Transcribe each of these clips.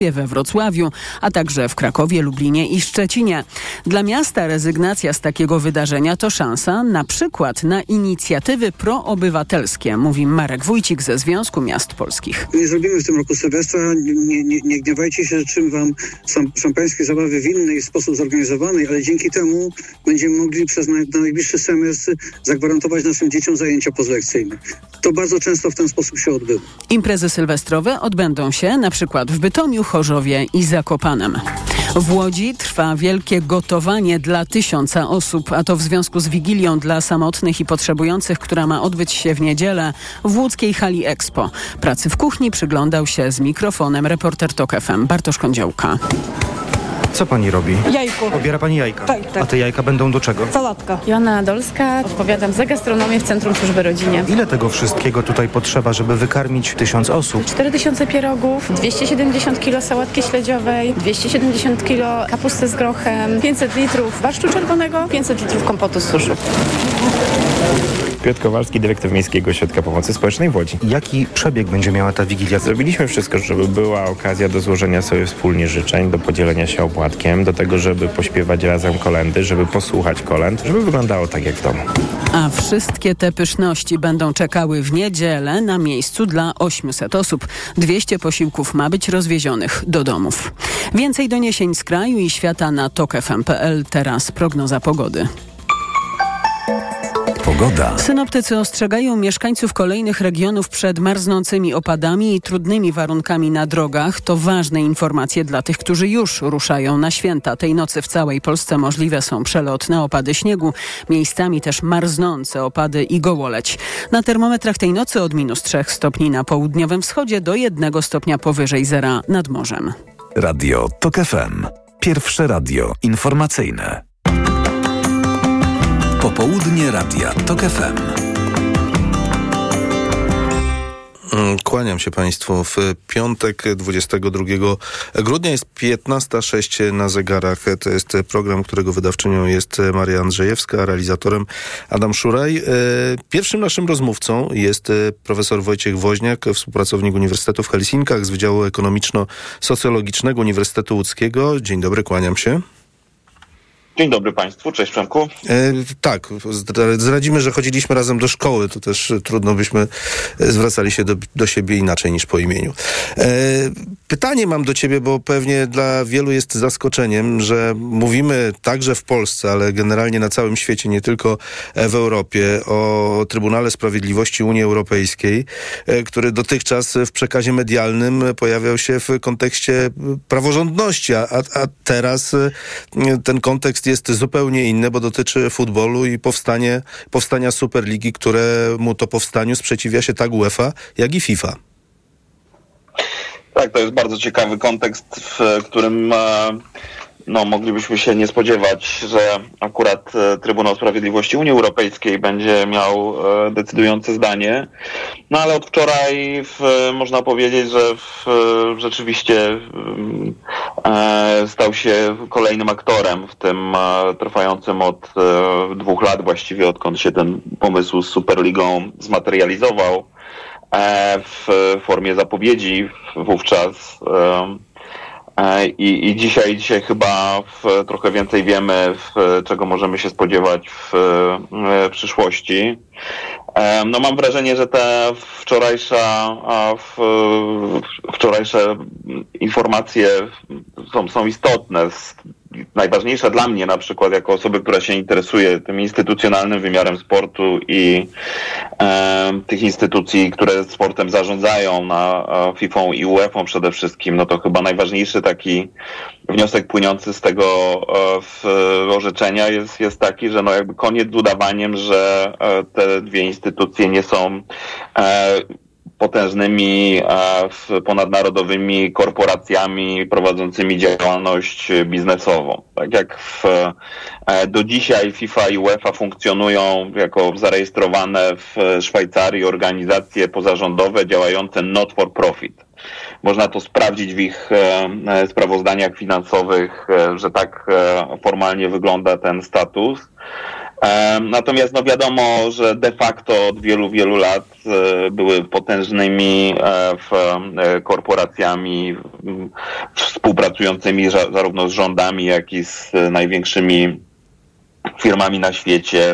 we Wrocławiu, a także w Krakowie, Lublinie i Szczecinie. Dla miasta rezygnacja z takiego wydarzenia to szansa na przykład na inicjatywy proobywatelskie, mówi Marek Wójcik ze Związku Miast Polskich. Nie zrobimy w tym roku Sylwestra, nie gniewajcie się, czym wam szampańskie zabawy w inny sposób zorganizowanej, ale dzięki temu będziemy mogli przez najbliższy semestr zagwarantować naszym dzieciom zajęcia pozlekcyjne. To bardzo często w ten sposób się odbywa. Imprezy sylwestrowe odbędą się na przykład w Bytomiu, Chorzowie i Zakopanem. W Łodzi trwa wielkie gotowanie dla 1000 osób, a to w związku z Wigilią dla samotnych i potrzebujących, która ma odbyć się w niedzielę w łódzkiej hali Expo. Pracy w kuchni przyglądał się z mikrofonem reporter TOK FM Bartosz Kądziołka. Co pani robi? Jajko. Pobiera pani jajka? Tak. A te jajka będą do czego? Sałatka. Joanna Dolska, odpowiadam za gastronomię w Centrum Służby Rodzinie. Ile tego wszystkiego tutaj potrzeba, żeby wykarmić 1000 osób? 4000 pierogów, 270 kg sałatki śledziowej, 270 kg kapusty z grochem, 500 litrów barszczu czerwonego, 500 litrów kompotu z suszu. Piotr Kowalski, dyrektor Miejskiego Ośrodka Pomocy Społecznej w Łodzi. Jaki przebieg będzie miała ta Wigilia? Zrobiliśmy wszystko, żeby była okazja do złożenia sobie wspólnie życzeń, do podzielenia się opłatkiem, do tego, żeby pośpiewać razem kolędy, żeby posłuchać kolęd, żeby wyglądało tak jak w domu. A wszystkie te pyszności będą czekały w niedzielę na miejscu dla 800 osób. 200 posiłków ma być rozwiezionych do domów. Więcej doniesień z kraju i świata na tokfm.pl. Teraz prognoza pogody. Pogoda. Synoptycy ostrzegają mieszkańców kolejnych regionów przed marznącymi opadami i trudnymi warunkami na drogach. To ważne informacje dla tych, którzy już ruszają na święta. Tej nocy w całej Polsce możliwe są przelotne opady śniegu, miejscami też marznące opady i gołoleć. Na termometrach tej nocy od -3 stopni na południowym wschodzie do 1 stopnia powyżej zera nad morzem. Radio TOK FM. Pierwsze radio informacyjne. Popołudnie Radia TOK FM. Kłaniam się Państwu. W piątek 22 grudnia jest 15:06 na zegarach. To jest program, którego wydawczynią jest Maria Andrzejewska, realizatorem Adam Szuraj. Pierwszym naszym rozmówcą jest profesor Wojciech Woźniak, współpracownik Uniwersytetu w Helsinkach z Wydziału Ekonomiczno-Socjologicznego Uniwersytetu Łódzkiego. Dzień dobry, kłaniam się. Dzień dobry Państwu, cześć Przemku. Tak, zdradzimy, że chodziliśmy razem do szkoły, to też trudno byśmy zwracali się do siebie inaczej niż po imieniu. Pytanie mam do ciebie, bo pewnie dla wielu jest zaskoczeniem, że mówimy także w Polsce, ale generalnie na całym świecie, nie tylko w Europie, o Trybunale Sprawiedliwości Unii Europejskiej, który dotychczas w przekazie medialnym pojawiał się w kontekście praworządności, a teraz ten kontekst jest zupełnie inny, bo dotyczy futbolu i powstania Superligi, któremu to powstaniu sprzeciwia się tak UEFA, jak i FIFA. Tak, to jest bardzo ciekawy kontekst, w którym moglibyśmy się nie spodziewać, że akurat Trybunał Sprawiedliwości Unii Europejskiej będzie miał decydujące zdanie. No ale od wczoraj można powiedzieć, że rzeczywiście stał się kolejnym aktorem w tym trwającym od 2 lat właściwie, odkąd się ten pomysł z Superligą zmaterializował w formie zapowiedzi wówczas. I dzisiaj dzisiaj trochę więcej wiemy, czego możemy się spodziewać w przyszłości. No mam wrażenie, że te wczorajsze informacje są istotne. Najważniejsza dla mnie na przykład jako osoby, która się interesuje tym instytucjonalnym wymiarem sportu i tych instytucji, które sportem zarządzają na FIFA i UEFA przede wszystkim, no to chyba najważniejszy taki wniosek płynący z tego orzeczenia jest taki, że no jakby koniec z udawaniem, że te dwie instytucje nie są potężnymi ponadnarodowymi korporacjami prowadzącymi działalność biznesową. Tak jak do dzisiaj FIFA i UEFA funkcjonują jako zarejestrowane w Szwajcarii organizacje pozarządowe działające not for profit. Można to sprawdzić w ich sprawozdaniach finansowych, że tak formalnie wygląda ten status. Natomiast wiadomo, że de facto od wielu lat były potężnymi korporacjami współpracującymi zarówno z rządami, jak i z największymi firmami na świecie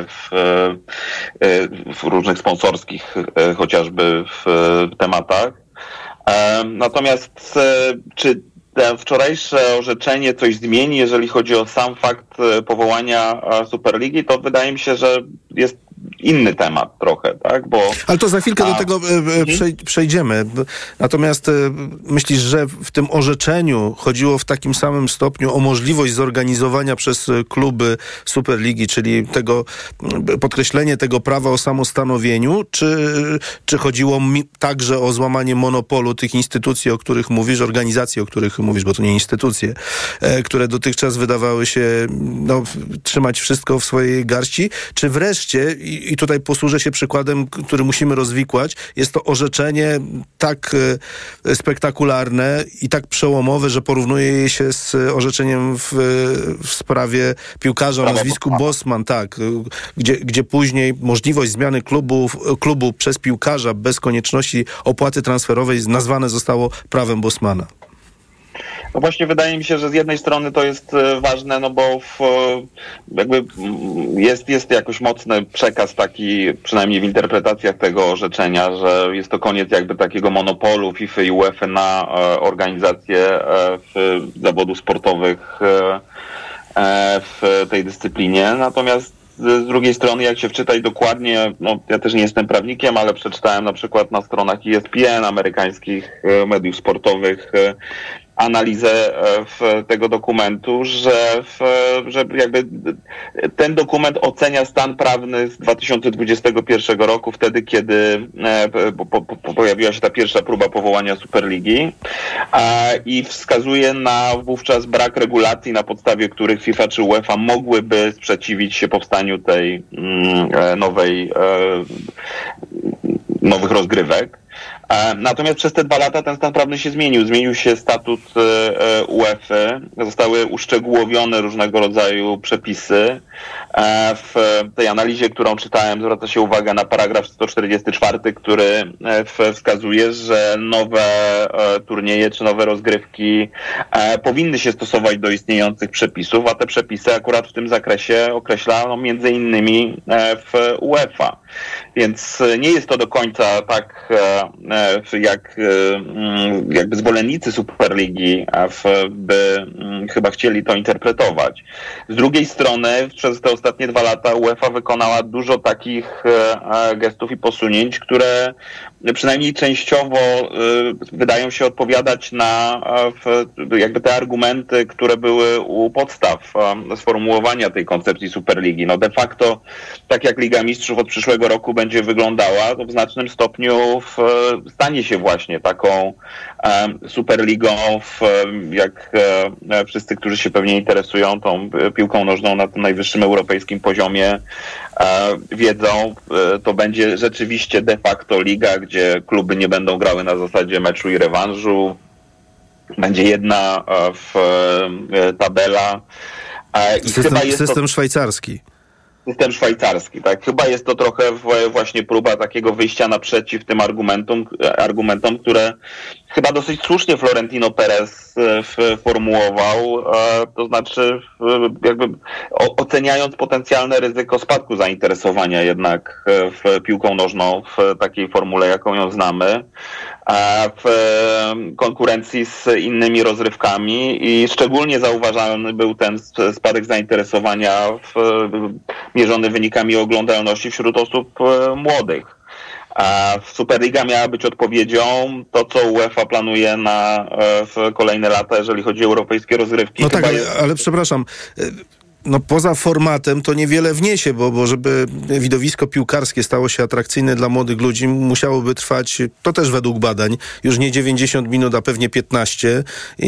w różnych sponsorskich chociażby w tematach. Natomiast czy wczorajsze orzeczenie coś zmieni, jeżeli chodzi o sam fakt powołania Superligi, to wydaje mi się, że jest inny temat trochę, tak? Ale to za chwilkę do tego przejdziemy. Natomiast myślisz, że w tym orzeczeniu chodziło w takim samym stopniu o możliwość zorganizowania przez kluby Superligi, czyli podkreślenie tego prawa o samostanowieniu, czy chodziło także o złamanie monopolu tych instytucji, o których mówisz, organizacji, o których mówisz, bo to nie instytucje, które dotychczas wydawały się trzymać wszystko w swojej garści, czy wreszcie, i tutaj posłużę się przykładem, który musimy rozwikłać, jest to orzeczenie tak spektakularne i tak przełomowe, że porównuje je się z orzeczeniem w sprawie piłkarza o nazwisku Bosman, tak, gdzie później możliwość zmiany klubu przez piłkarza bez konieczności opłaty transferowej nazwane zostało prawem Bosmana. No właśnie wydaje mi się, że z jednej strony to jest ważne, bo jest jakoś mocny przekaz taki, przynajmniej w interpretacjach tego orzeczenia, że jest to koniec takiego monopolu FIFA i UEFA na organizację zawodów sportowych w tej dyscyplinie. Natomiast z drugiej strony, jak się wczytać dokładnie, ja też nie jestem prawnikiem, ale przeczytałem na przykład na stronach ESPN, amerykańskich mediów sportowych, analizę tego dokumentu, że ten dokument ocenia stan prawny z 2021 roku, wtedy kiedy pojawiła się ta pierwsza próba powołania Superligi i wskazuje na wówczas brak regulacji, na podstawie których FIFA czy UEFA mogłyby sprzeciwić się powstaniu tej nowych rozgrywek. Natomiast przez te 2 lata ten stan prawny się zmienił. Zmienił się statut UEFA, zostały uszczegółowione różnego rodzaju przepisy. W tej analizie, którą czytałem, zwraca się uwagę na paragraf 144, który wskazuje, że nowe turnieje czy nowe rozgrywki powinny się stosować do istniejących przepisów, a te przepisy akurat w tym zakresie określa między innymi w UEFA. Więc nie jest to do końca tak, jakby zwolennicy Superligi by chyba chcieli to interpretować. Z drugiej strony przez te ostatnie 2 lata UEFA wykonała dużo takich gestów i posunięć, które przynajmniej częściowo wydają się odpowiadać na te argumenty, które były u podstaw sformułowania tej koncepcji Superligi. De facto, tak jak Liga Mistrzów od przyszłego roku będzie wyglądała, to w znacznym stopniu stanie się właśnie taką Superligą, jak wszyscy, którzy się pewnie interesują tą piłką nożną na tym najwyższym europejskim poziomie wiedzą, to będzie rzeczywiście de facto liga, gdzie kluby nie będą grały na zasadzie meczu i rewanżu. Będzie jedna tabela. System szwajcarski. System szwajcarski, tak. Chyba jest to trochę właśnie próba takiego wyjścia naprzeciw tym argumentom, które chyba dosyć słusznie Florentino Perez formułował, to znaczy oceniając potencjalne ryzyko spadku zainteresowania jednak w piłką nożną w takiej formule, jaką ją znamy, w konkurencji z innymi rozrywkami i szczególnie zauważalny był ten spadek zainteresowania mierzony wynikami oglądalności wśród osób młodych. Superliga miała być odpowiedzią, to co UEFA planuje w kolejne lata, jeżeli chodzi o europejskie rozgrywki. No tak, ale przepraszam, poza formatem to niewiele wniesie, bo żeby widowisko piłkarskie stało się atrakcyjne dla młodych ludzi, musiałoby trwać, to też według badań, już nie 90 minut, a pewnie 15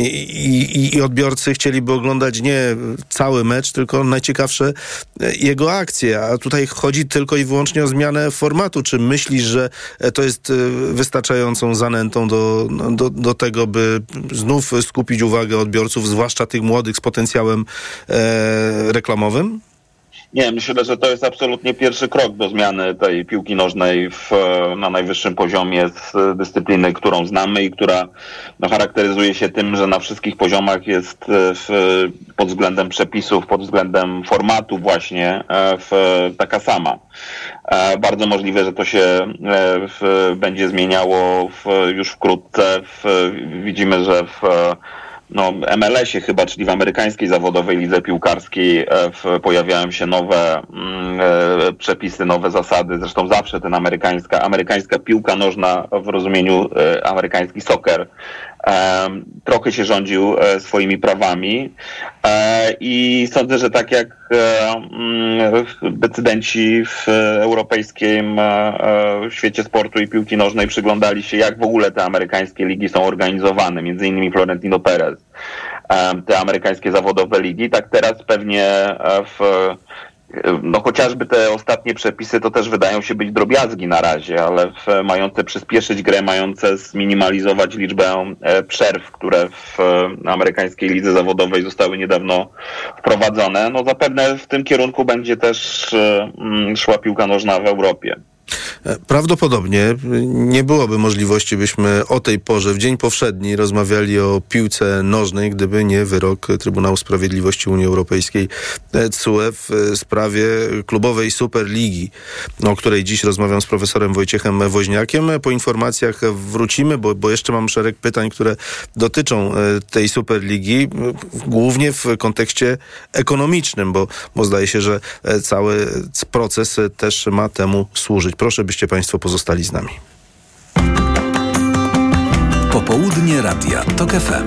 i odbiorcy chcieliby oglądać nie cały mecz, tylko najciekawsze jego akcje, a tutaj chodzi tylko i wyłącznie o zmianę formatu. Czy myślisz, że to jest wystarczającą zanętą do tego, by znów skupić uwagę odbiorców, zwłaszcza tych młodych z potencjałem reklamowym? Nie, myślę, że to jest absolutnie pierwszy krok do zmiany tej piłki nożnej na najwyższym poziomie z dyscypliny, którą znamy i która charakteryzuje się tym, że na wszystkich poziomach jest pod względem przepisów, pod względem formatu właśnie taka sama. Bardzo możliwe, że to się będzie zmieniało już wkrótce. Widzimy, że w MLS-ie chyba, czyli w amerykańskiej zawodowej lidze piłkarskiej pojawiają się nowe przepisy, nowe zasady. Zresztą zawsze ten amerykańska piłka nożna w rozumieniu amerykański soccer trochę się rządził swoimi prawami i sądzę, że tak jak decydenci w europejskim świecie sportu i piłki nożnej przyglądali się, jak w ogóle te amerykańskie ligi są organizowane, między innymi Florentino Perez, te amerykańskie zawodowe ligi, tak teraz pewnie chociażby te ostatnie przepisy to też wydają się być drobiazgi na razie, ale mające przyspieszyć grę, mające zminimalizować liczbę przerw, które w amerykańskiej lidze zawodowej zostały niedawno wprowadzone. Zapewne w tym kierunku będzie też szła piłka nożna w Europie. Prawdopodobnie nie byłoby możliwości, byśmy o tej porze, w dzień powszedni, rozmawiali o piłce nożnej, gdyby nie wyrok Trybunału Sprawiedliwości Unii Europejskiej TSUE w sprawie klubowej Superligi, o której dziś rozmawiam z profesorem Wojciechem Woźniakiem. Po informacjach wrócimy, bo jeszcze mam szereg pytań, które dotyczą tej Superligi, głównie w kontekście ekonomicznym, bo zdaje się, że cały proces też ma temu służyć. Proszę, byście Państwo pozostali z nami. Popołudnie Radia TOK FM.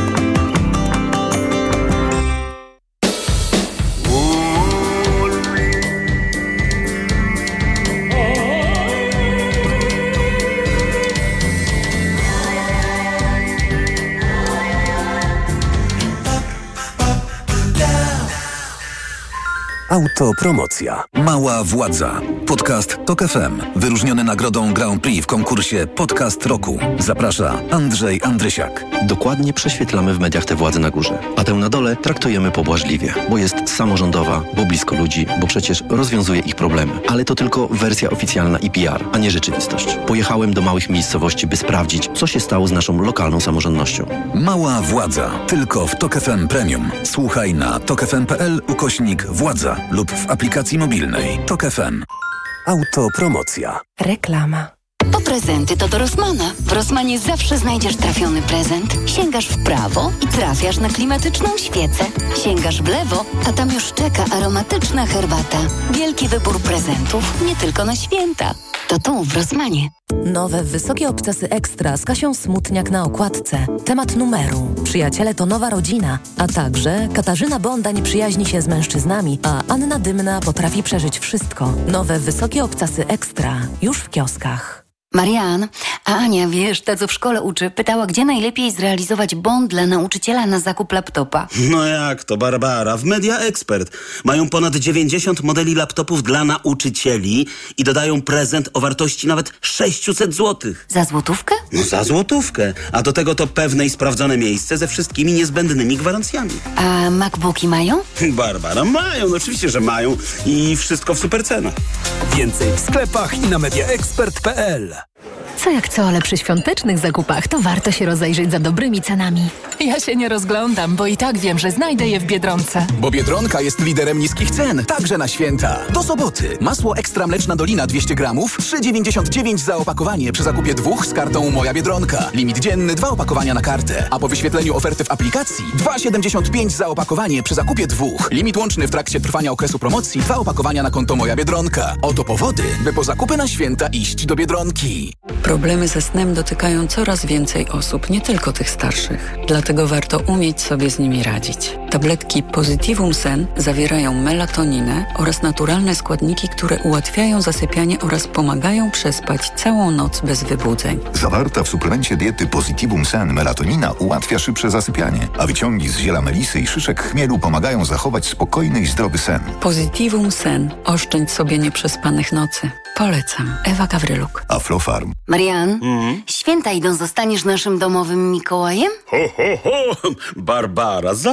Autopromocja. Mała władza. Podcast TOK FM. Wyróżniony nagrodą Grand Prix w konkursie Podcast Roku. Zaprasza Andrzej Andrysiak. Dokładnie prześwietlamy w mediach tę władzę na górze, a tę na dole traktujemy pobłażliwie, bo jest samorządowa, bo blisko ludzi, bo przecież rozwiązuje ich problemy. Ale to tylko wersja oficjalna i PR, a nie rzeczywistość. Pojechałem do małych miejscowości, by sprawdzić, co się stało z naszą lokalną samorządnością. Mała władza. Tylko w TOK FM Premium. Słuchaj na tokfm.pl/władza lub w aplikacji mobilnej TOK FM. Autopromocja. Reklama. Po prezenty to do Rossmana. W Rossmanie zawsze znajdziesz trafiony prezent. Sięgasz w prawo i trafiasz na klimatyczną świecę. Sięgasz w lewo, a tam już czeka aromatyczna herbata. Wielki wybór prezentów, nie tylko na święta. To tu, w Rossmanie. Nowe wysokie obcasy ekstra z Kasią Smutniak na okładce. Temat numeru. Przyjaciele to nowa rodzina. A także Katarzyna Bonda nie przyjaźni się z mężczyznami, a Anna Dymna potrafi przeżyć wszystko. Nowe wysokie obcasy ekstra. Już w kioskach. Marian, a Ania, wiesz, ta co w szkole uczy, pytała, gdzie najlepiej zrealizować bon dla nauczyciela na zakup laptopa. No jak to, Barbara? W Media Expert mają ponad 90 modeli laptopów dla nauczycieli i dodają prezent o wartości nawet 600 zł. Za złotówkę? No za złotówkę. A do tego to pewne i sprawdzone miejsce ze wszystkimi niezbędnymi gwarancjami. A MacBooki mają? Barbara, mają, no oczywiście, że mają i wszystko w super cenach. Więcej w sklepach i na mediaexpert.pl. Co jak co, ale przy świątecznych zakupach to warto się rozejrzeć za dobrymi cenami. Ja się nie rozglądam, bo i tak wiem, że znajdę je w Biedronce. Bo Biedronka jest liderem niskich cen, także na święta. Do soboty. Masło Ekstra Mleczna Dolina 200 gramów, 3,99 za opakowanie przy zakupie 2 z kartą Moja Biedronka. Limit dzienny 2 opakowania na kartę. A po wyświetleniu oferty w aplikacji 2,75 za opakowanie przy zakupie 2. Limit łączny w trakcie trwania okresu promocji 2 opakowania na konto Moja Biedronka. Oto powody, by po zakupy na święta iść do Biedronki. Problemy ze snem dotykają coraz więcej osób, nie tylko tych starszych. Dlatego warto umieć sobie z nimi radzić. Tabletki Positivum Sen zawierają melatoninę oraz naturalne składniki, które ułatwiają zasypianie oraz pomagają przespać całą noc bez wybudzeń. Zawarta w suplemencie diety Positivum Sen melatonina ułatwia szybsze zasypianie, a wyciągi z ziela melisy i szyszek chmielu pomagają zachować spokojny i zdrowy sen. Positivum Sen. Oszczędź sobie nieprzespanych nocy. Polecam. Ewa Gawryluk. Aflofarm. Marian, święta idą, zostaniesz naszym domowym Mikołajem? Ho, ho, ho! Barbara, zawsze.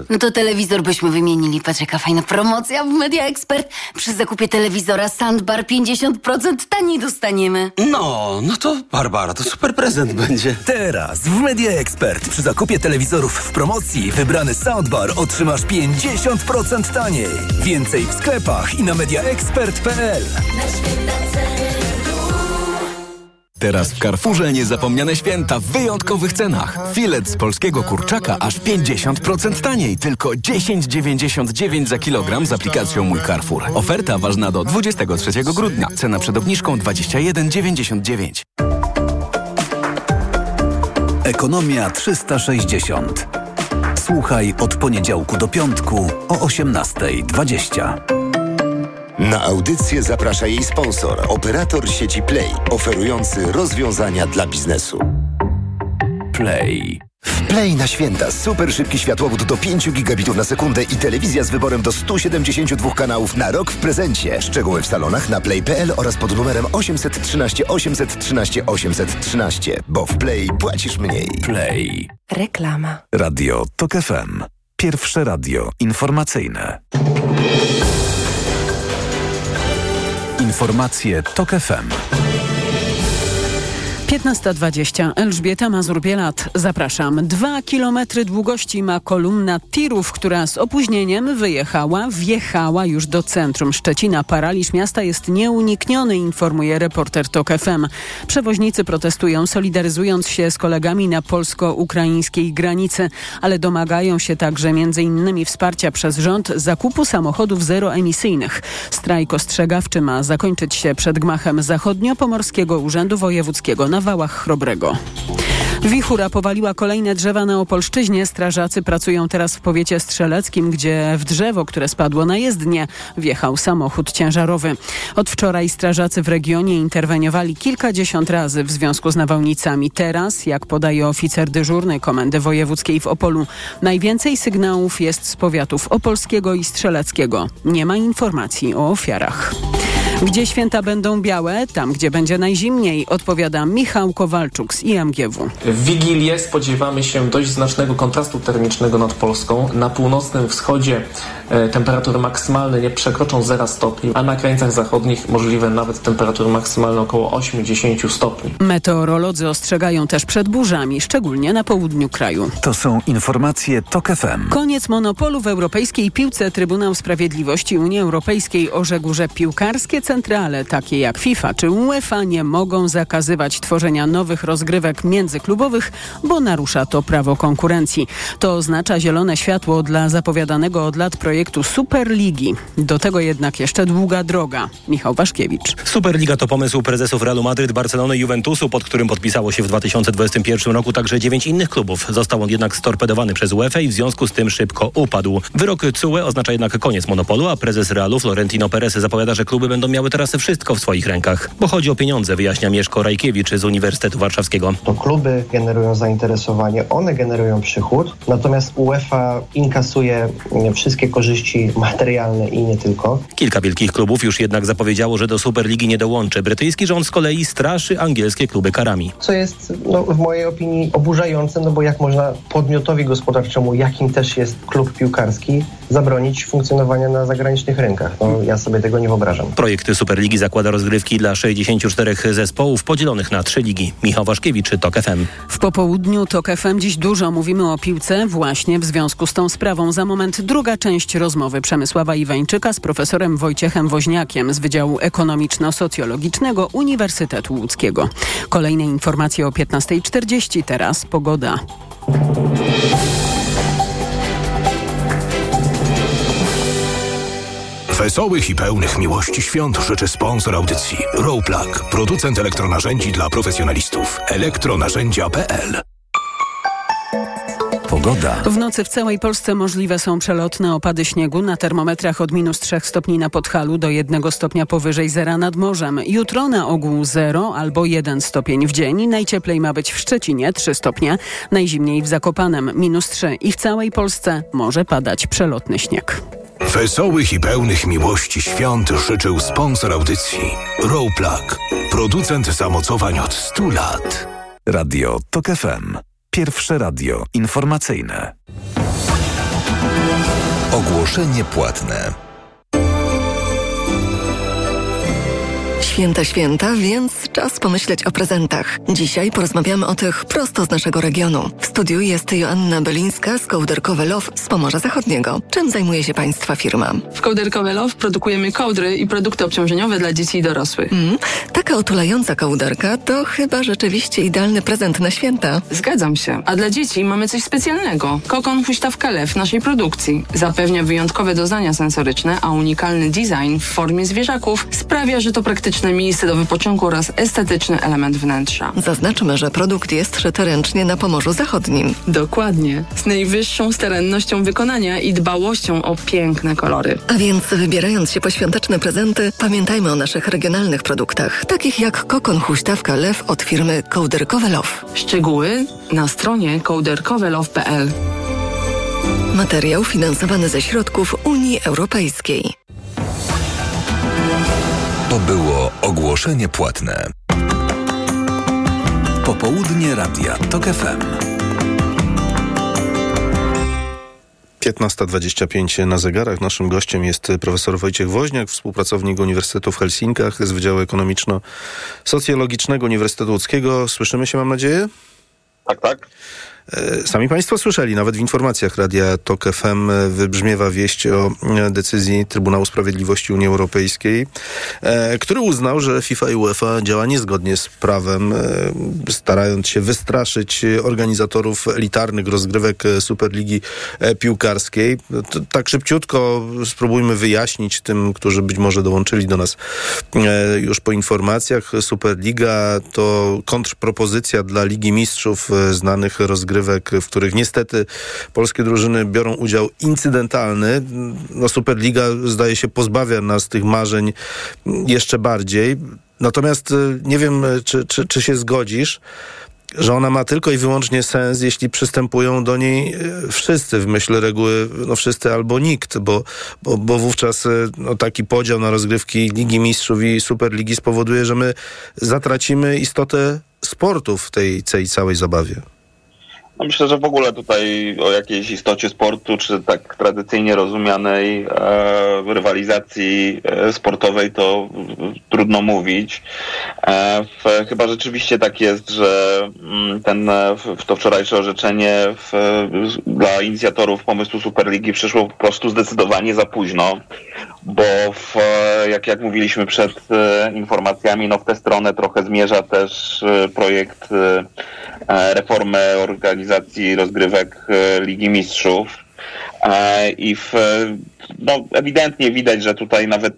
No to telewizor byśmy wymienili. Patrz, jaka fajna promocja w Media Expert. Przy zakupie telewizora Soundbar 50% taniej dostaniemy. No to Barbara, to super prezent będzie. Teraz w Media Expert przy zakupie telewizorów w promocji wybrany Soundbar otrzymasz 50% taniej. Więcej w sklepach i na mediaexpert.pl. Teraz w Carrefourze niezapomniane święta w wyjątkowych cenach. Filet z polskiego kurczaka aż 50% taniej. Tylko 10,99 za kilogram z aplikacją Mój Carrefour. Oferta ważna do 23 grudnia. Cena przed obniżką 21,99. Ekonomia 360. Słuchaj od poniedziałku do piątku o 18:20. Na audycję zaprasza jej sponsor, operator sieci Play, oferujący rozwiązania dla biznesu. Play. W Play na święta super szybki światłowód do 5 gigabitów na sekundę i telewizja z wyborem do 172 kanałów na rok w prezencie. Szczegóły w salonach na play.pl oraz pod numerem 813 813 813. Bo w Play płacisz mniej. Play. Reklama. Radio TOK FM. Pierwsze radio informacyjne. Informacje TOK FM. 15:20. Elżbieta Mazur-Bielat. Zapraszam. 2 kilometry długości ma kolumna tirów, która z opóźnieniem wjechała już do centrum Szczecina. Paraliż miasta jest nieunikniony, informuje reporter TOK FM. Przewoźnicy protestują, solidaryzując się z kolegami na polsko-ukraińskiej granicy, ale domagają się także m.in. wsparcia przez rząd zakupu samochodów zeroemisyjnych. Strajk ostrzegawczy ma zakończyć się przed gmachem Zachodnio-Pomorskiego Urzędu Wojewódzkiego na Wałach Chrobrego. Wichura powaliła kolejne drzewa na Opolszczyźnie. Strażacy pracują teraz w powiecie strzeleckim, gdzie w drzewo, które spadło na jezdnię, wjechał samochód ciężarowy. Od wczoraj strażacy w regionie interweniowali kilkadziesiąt razy w związku z nawałnicami. Teraz, jak podaje oficer dyżurny Komendy Wojewódzkiej w Opolu, najwięcej sygnałów jest z powiatów opolskiego i strzeleckiego. Nie ma informacji o ofiarach. Gdzie święta będą białe? Tam, gdzie będzie najzimniej, odpowiada Michał Kowalczuk z IMGW. W Wigilię spodziewamy się dość znacznego kontrastu termicznego nad Polską. Na północnym wschodzie temperatury maksymalne nie przekroczą 0 stopni, a na krańcach zachodnich możliwe nawet temperatury maksymalne około 8-10 stopni. Meteorolodzy ostrzegają też przed burzami, szczególnie na południu kraju. To są informacje TOK FM. Koniec monopolu w europejskiej piłce. Trybunał Sprawiedliwości Unii Europejskiej orzekł, że piłkarskie centrale, takie jak FIFA czy UEFA, nie mogą zakazywać tworzenia nowych rozgrywek międzyklubowych, bo narusza to prawo konkurencji. To oznacza zielone światło dla zapowiadanego od lat projektu Superligi. Do tego jednak jeszcze długa droga. Michał Waszkiewicz. Superliga to pomysł prezesów Realu Madryt, Barcelony i Juventusu, pod którym podpisało się w 2021 roku także 9 innych klubów. Został on jednak storpedowany przez UEFA i w związku z tym szybko upadł. Wyrok TSUE oznacza jednak koniec monopolu, a prezes Realu Florentino Perez zapowiada, że kluby będą miały teraz wszystko w swoich rękach. Bo chodzi o pieniądze, wyjaśnia Mieszko Rajkiewicz z Uniwersytetu Warszawskiego. To kluby generują zainteresowanie, one generują przychód, natomiast UEFA inkasuje wszystkie korzyści materialne i nie tylko. Kilka wielkich klubów już jednak zapowiedziało, że do Superligi nie dołączy. Brytyjski rząd z kolei straszy angielskie kluby karami. Co jest w mojej opinii oburzające, bo jak można podmiotowi gospodarczemu, jakim też jest klub piłkarski, zabronić funkcjonowania na zagranicznych rynkach. Ja sobie tego nie wyobrażam. Projekt Superligi zakłada rozgrywki dla 64 zespołów podzielonych na 3 ligi. Michał Waszkiewicz, TOK FM. W popołudniu TOK FM dziś dużo mówimy o piłce właśnie w związku z tą sprawą. Za moment druga część rozmowy Przemysława Iwańczyka z profesorem Wojciechem Woźniakiem z Wydziału Ekonomiczno-Socjologicznego Uniwersytetu Łódzkiego. Kolejne informacje o 15:40. Teraz pogoda. Wesołych i pełnych miłości świąt życzy sponsor audycji Rowplug, producent elektronarzędzi dla profesjonalistów. elektronarzędzia.pl. Pogoda. W nocy w całej Polsce możliwe są przelotne opady śniegu. Na termometrach od -3 stopni na Podhalu do 1 stopnia powyżej zera nad morzem. Jutro na ogół 0 albo 1 stopień w dzień. Najcieplej ma być w Szczecinie 3 stopnie, najzimniej w Zakopanem -3 i w całej Polsce może padać przelotny śnieg. Wesołych i pełnych miłości świąt życzył sponsor audycji Rowplug, producent zamocowań od 100 lat. Radio TOK FM. Pierwsze radio informacyjne. Ogłoszenie płatne. Święta, więc czas pomyśleć o prezentach. Dzisiaj porozmawiamy o tych prosto z naszego regionu. W studiu jest Joanna Belińska z Kołderkowe Love z Pomorza Zachodniego. Czym zajmuje się Państwa firma? W Kołderkowe Love produkujemy kołdry i produkty obciążeniowe dla dzieci i dorosłych. Taka otulająca kołderka to chyba rzeczywiście idealny prezent na święta. Zgadzam się. A dla dzieci mamy coś specjalnego. Kokon Huśtawka Lew naszej produkcji. Zapewnia wyjątkowe doznania sensoryczne, a unikalny design w formie zwierzaków sprawia, że to praktyczne miejsce do wypoczynku oraz estetyczny element wnętrza. Zaznaczmy, że produkt jest szyty ręcznie na Pomorzu Zachodnim. Dokładnie. Z najwyższą starannością wykonania i dbałością o piękne kolory. A więc wybierając się po świąteczne prezenty, pamiętajmy o naszych regionalnych produktach, takich jak kokon Huśtawka Lew od firmy Kołderkowe Love. Szczegóły na stronie kołderkowelow.pl. Materiał finansowany ze środków Unii Europejskiej. To było ogłoszenie płatne. Popołudnie Radia TOK FM. 15:25 na zegarach. Naszym gościem jest profesor Wojciech Woźniak, współpracownik Uniwersytetu w Helsinkach z Wydziału Ekonomiczno-Socjologicznego Uniwersytetu Łódzkiego. Słyszymy się, mam nadzieję? Tak. Sami Państwo słyszeli, nawet w informacjach Radia TOK FM wybrzmiewa wieść o decyzji Trybunału Sprawiedliwości Unii Europejskiej, który uznał, że FIFA i UEFA działa niezgodnie z prawem, starając się wystraszyć organizatorów elitarnych rozgrywek Superligi Piłkarskiej. Tak szybciutko spróbujmy wyjaśnić tym, którzy być może dołączyli do nas już po informacjach. Superliga to kontrpropozycja dla Ligi Mistrzów, znanych rozgrywek, w których niestety polskie drużyny biorą udział incydentalny. Superliga, zdaje się, pozbawia nas tych marzeń jeszcze bardziej. Natomiast nie wiem, czy się zgodzisz, że ona ma tylko i wyłącznie sens, jeśli przystępują do niej wszyscy, w myśl reguły wszyscy albo nikt, bo wówczas taki podział na rozgrywki Ligi Mistrzów i Superligi spowoduje, że my zatracimy istotę sportu w tej całej zabawie. Myślę, że w ogóle tutaj o jakiejś istocie sportu, czy tak tradycyjnie rozumianej rywalizacji sportowej to trudno mówić. Chyba rzeczywiście tak jest, że to wczorajsze orzeczenie dla inicjatorów pomysłu Superligi przyszło po prostu zdecydowanie za późno, bo jak mówiliśmy przed informacjami, w tę stronę trochę zmierza też projekt reformy organizacji rozgrywek Ligi Mistrzów i ewidentnie widać, że tutaj nawet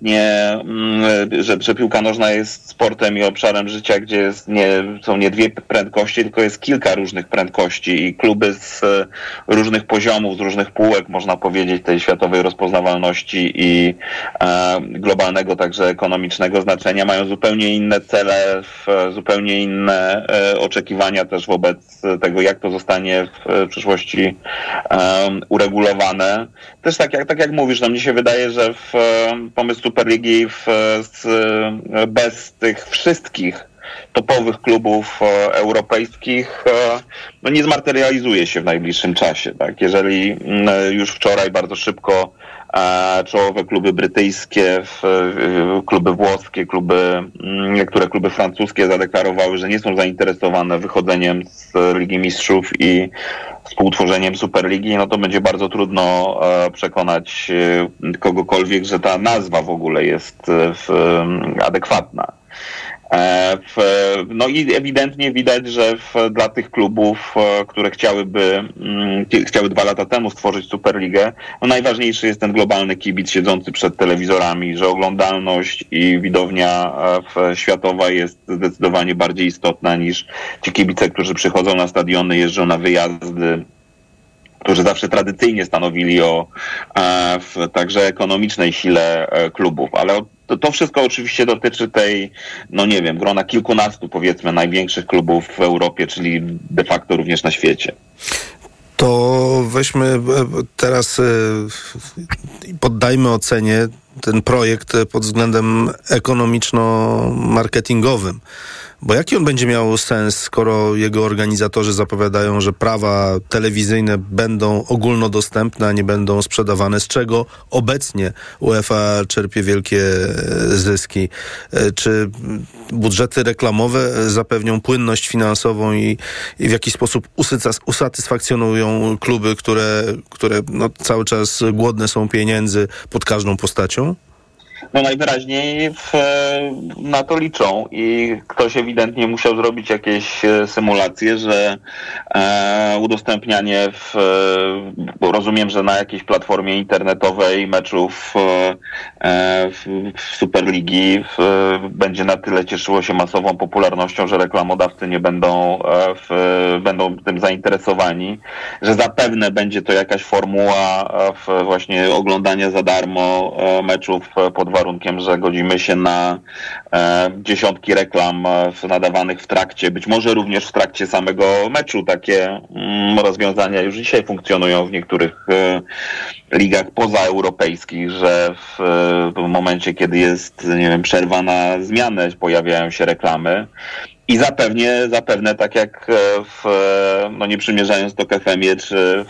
że piłka nożna jest sportem i obszarem życia, gdzie są nie dwie prędkości, tylko jest kilka różnych prędkości i kluby z różnych poziomów, z różnych półek, można powiedzieć, tej światowej rozpoznawalności i globalnego, także ekonomicznego znaczenia, mają zupełnie inne cele, zupełnie inne oczekiwania też wobec tego, jak to zostanie w przyszłości uregulowane. Też tak jak mówisz, mnie się wydaje, że pomysł Superligi bez tych wszystkich topowych klubów europejskich nie zmaterializuje się w najbliższym czasie. Tak? Jeżeli już wczoraj bardzo szybko czołowe kluby brytyjskie, kluby włoskie, niektóre kluby francuskie zadeklarowały, że nie są zainteresowane wychodzeniem z Ligi Mistrzów i współtworzeniem Superligi, to będzie bardzo trudno przekonać kogokolwiek, że ta nazwa w ogóle jest adekwatna. I ewidentnie widać, że dla tych klubów, które chciały 2 lata temu stworzyć Superligę, najważniejszy jest ten globalny kibic siedzący przed telewizorami, że oglądalność i widownia światowa jest zdecydowanie bardziej istotna niż ci kibice, którzy przychodzą na stadiony, jeżdżą na wyjazdy, którzy zawsze tradycyjnie stanowili o także ekonomicznej sile klubów, ale to wszystko oczywiście dotyczy tej, grona kilkunastu, powiedzmy, największych klubów w Europie, czyli de facto również na świecie. To weźmy teraz, poddajmy ocenie ten projekt pod względem ekonomiczno-marketingowym. Bo jaki on będzie miał sens, skoro jego organizatorzy zapowiadają, że prawa telewizyjne będą ogólnodostępne, a nie będą sprzedawane, z czego obecnie UEFA czerpie wielkie zyski? Czy budżety reklamowe zapewnią płynność finansową i w jakiś sposób usatysfakcjonują kluby, które cały czas głodne są pieniędzy pod każdą postacią? No najwyraźniej na to liczą i ktoś ewidentnie musiał zrobić jakieś symulacje, że udostępnianie bo rozumiem, że na jakiejś platformie internetowej meczów w Superligi będzie na tyle cieszyło się masową popularnością, że reklamodawcy nie będą tym zainteresowani, że zapewne będzie to jakaś formuła właśnie oglądania za darmo meczów pod warunkiem, że godzimy się na dziesiątki reklam nadawanych w trakcie, być może również w trakcie samego meczu. Takie rozwiązania już dzisiaj funkcjonują w niektórych ligach pozaeuropejskich, że w momencie, kiedy jest, nie wiem, przerwa na zmianę, pojawiają się reklamy. I zapewne tak jak nie przymierzając do KFM-ie, czy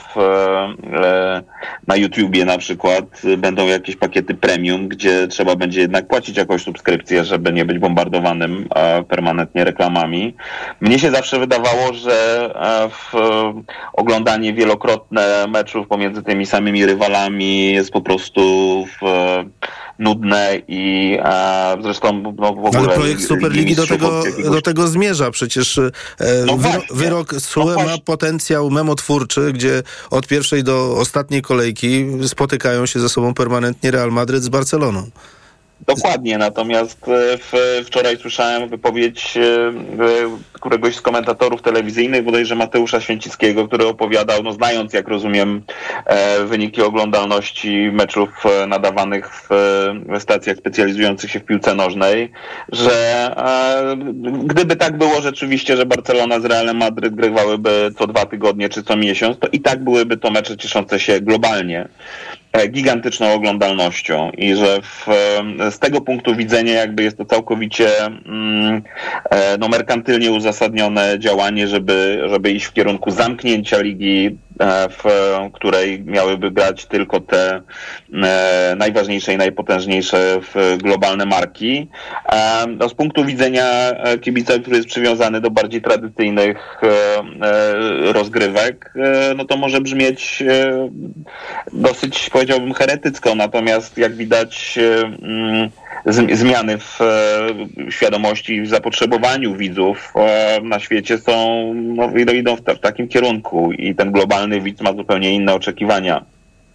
na YouTubie na przykład będą jakieś pakiety premium, gdzie trzeba będzie jednak płacić jakąś subskrypcję, żeby nie być bombardowanym permanentnie reklamami. Mnie się zawsze wydawało, że oglądanie wielokrotne meczów pomiędzy tymi samymi rywalami jest po prostu nudne i zresztą w ogóle... Ale projekt Superligi do tego zmierza. Przecież wyrok SUE ma potencjał memotwórczy, gdzie od pierwszej do ostatniej kolejki spotykają się ze sobą permanentnie Real Madryt z Barceloną. Dokładnie, natomiast wczoraj słyszałem wypowiedź któregoś z komentatorów telewizyjnych, bodajże Mateusza Święcickiego, który opowiadał, znając, jak rozumiem, wyniki oglądalności meczów nadawanych w stacjach specjalizujących się w piłce nożnej, że gdyby tak było rzeczywiście, że Barcelona z Realem Madryt grywałyby co 2 tygodnie czy co miesiąc, to i tak byłyby to mecze cieszące się globalnie gigantyczną oglądalnością i że z tego punktu widzenia jakby jest to całkowicie merkantylnie uzasadnione działanie, żeby iść w kierunku zamknięcia ligi, w której miałyby grać tylko te najważniejsze i najpotężniejsze globalne marki. Z punktu widzenia kibica, który jest przywiązany do bardziej tradycyjnych rozgrywek, to może brzmieć dosyć, powiedziałbym, heretycko, natomiast jak widać zmiany w świadomości i w zapotrzebowaniu widzów na świecie idą w takim kierunku i ten globalny widz ma zupełnie inne oczekiwania.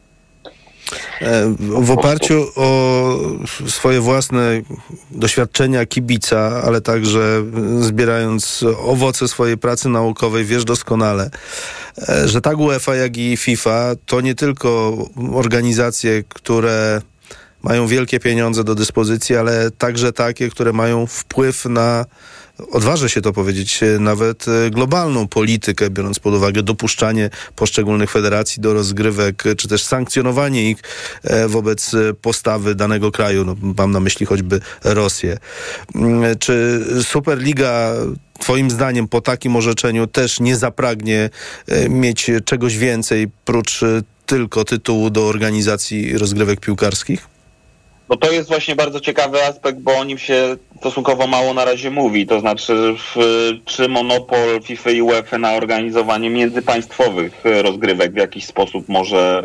W oparciu o swoje własne doświadczenia kibica, ale także zbierając owoce swojej pracy naukowej, wiesz doskonale, że tak UEFA, jak i FIFA to nie tylko organizacje, które mają wielkie pieniądze do dyspozycji, ale także takie, które mają wpływ na, odważę się to powiedzieć, nawet globalną politykę, biorąc pod uwagę dopuszczanie poszczególnych federacji do rozgrywek, czy też sankcjonowanie ich wobec postawy danego kraju. Mam na myśli choćby Rosję. Czy Superliga twoim zdaniem po takim orzeczeniu też nie zapragnie mieć czegoś więcej prócz tylko tytułu do organizacji rozgrywek piłkarskich? No to jest właśnie bardzo ciekawy aspekt, bo o nim się stosunkowo mało na razie mówi. To znaczy, czy monopol FIFA i UEFA na organizowanie międzypaństwowych rozgrywek w jakiś sposób może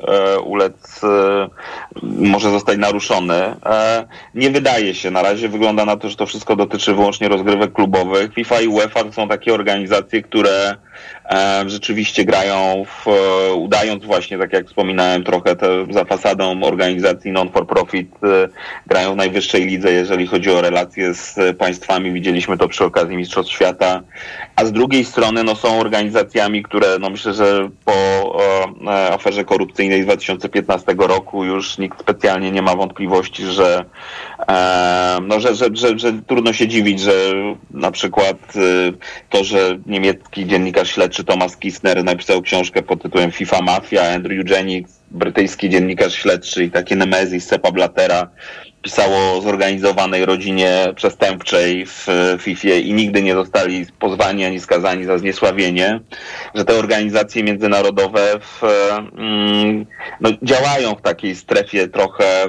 może zostać naruszony. Nie wydaje się. Na razie wygląda na to, że to wszystko dotyczy wyłącznie rozgrywek klubowych. FIFA i UEFA to są takie organizacje, które rzeczywiście grają udając właśnie, tak jak wspominałem, trochę za fasadą organizacji non-for-profit, grają w najwyższej lidze, jeżeli chodzi o relacje z państwami. Widzieliśmy to przy okazji Mistrzostw Świata. A z drugiej strony są organizacjami, które myślę, że po aferze korupcyjnej z 2015 roku już nikt specjalnie nie ma wątpliwości, że trudno się dziwić, że na przykład to, że niemiecki dziennikarz dziennikarz śledczy Thomas Kistner napisał książkę pod tytułem FIFA Mafia, Andrew Jennings, brytyjski dziennikarz śledczy i takie Nemesis Seppa Blattera pisało o zorganizowanej rodzinie przestępczej w FIFA i nigdy nie zostali pozwani ani skazani za zniesławienie, że te organizacje międzynarodowe działają w takiej strefie trochę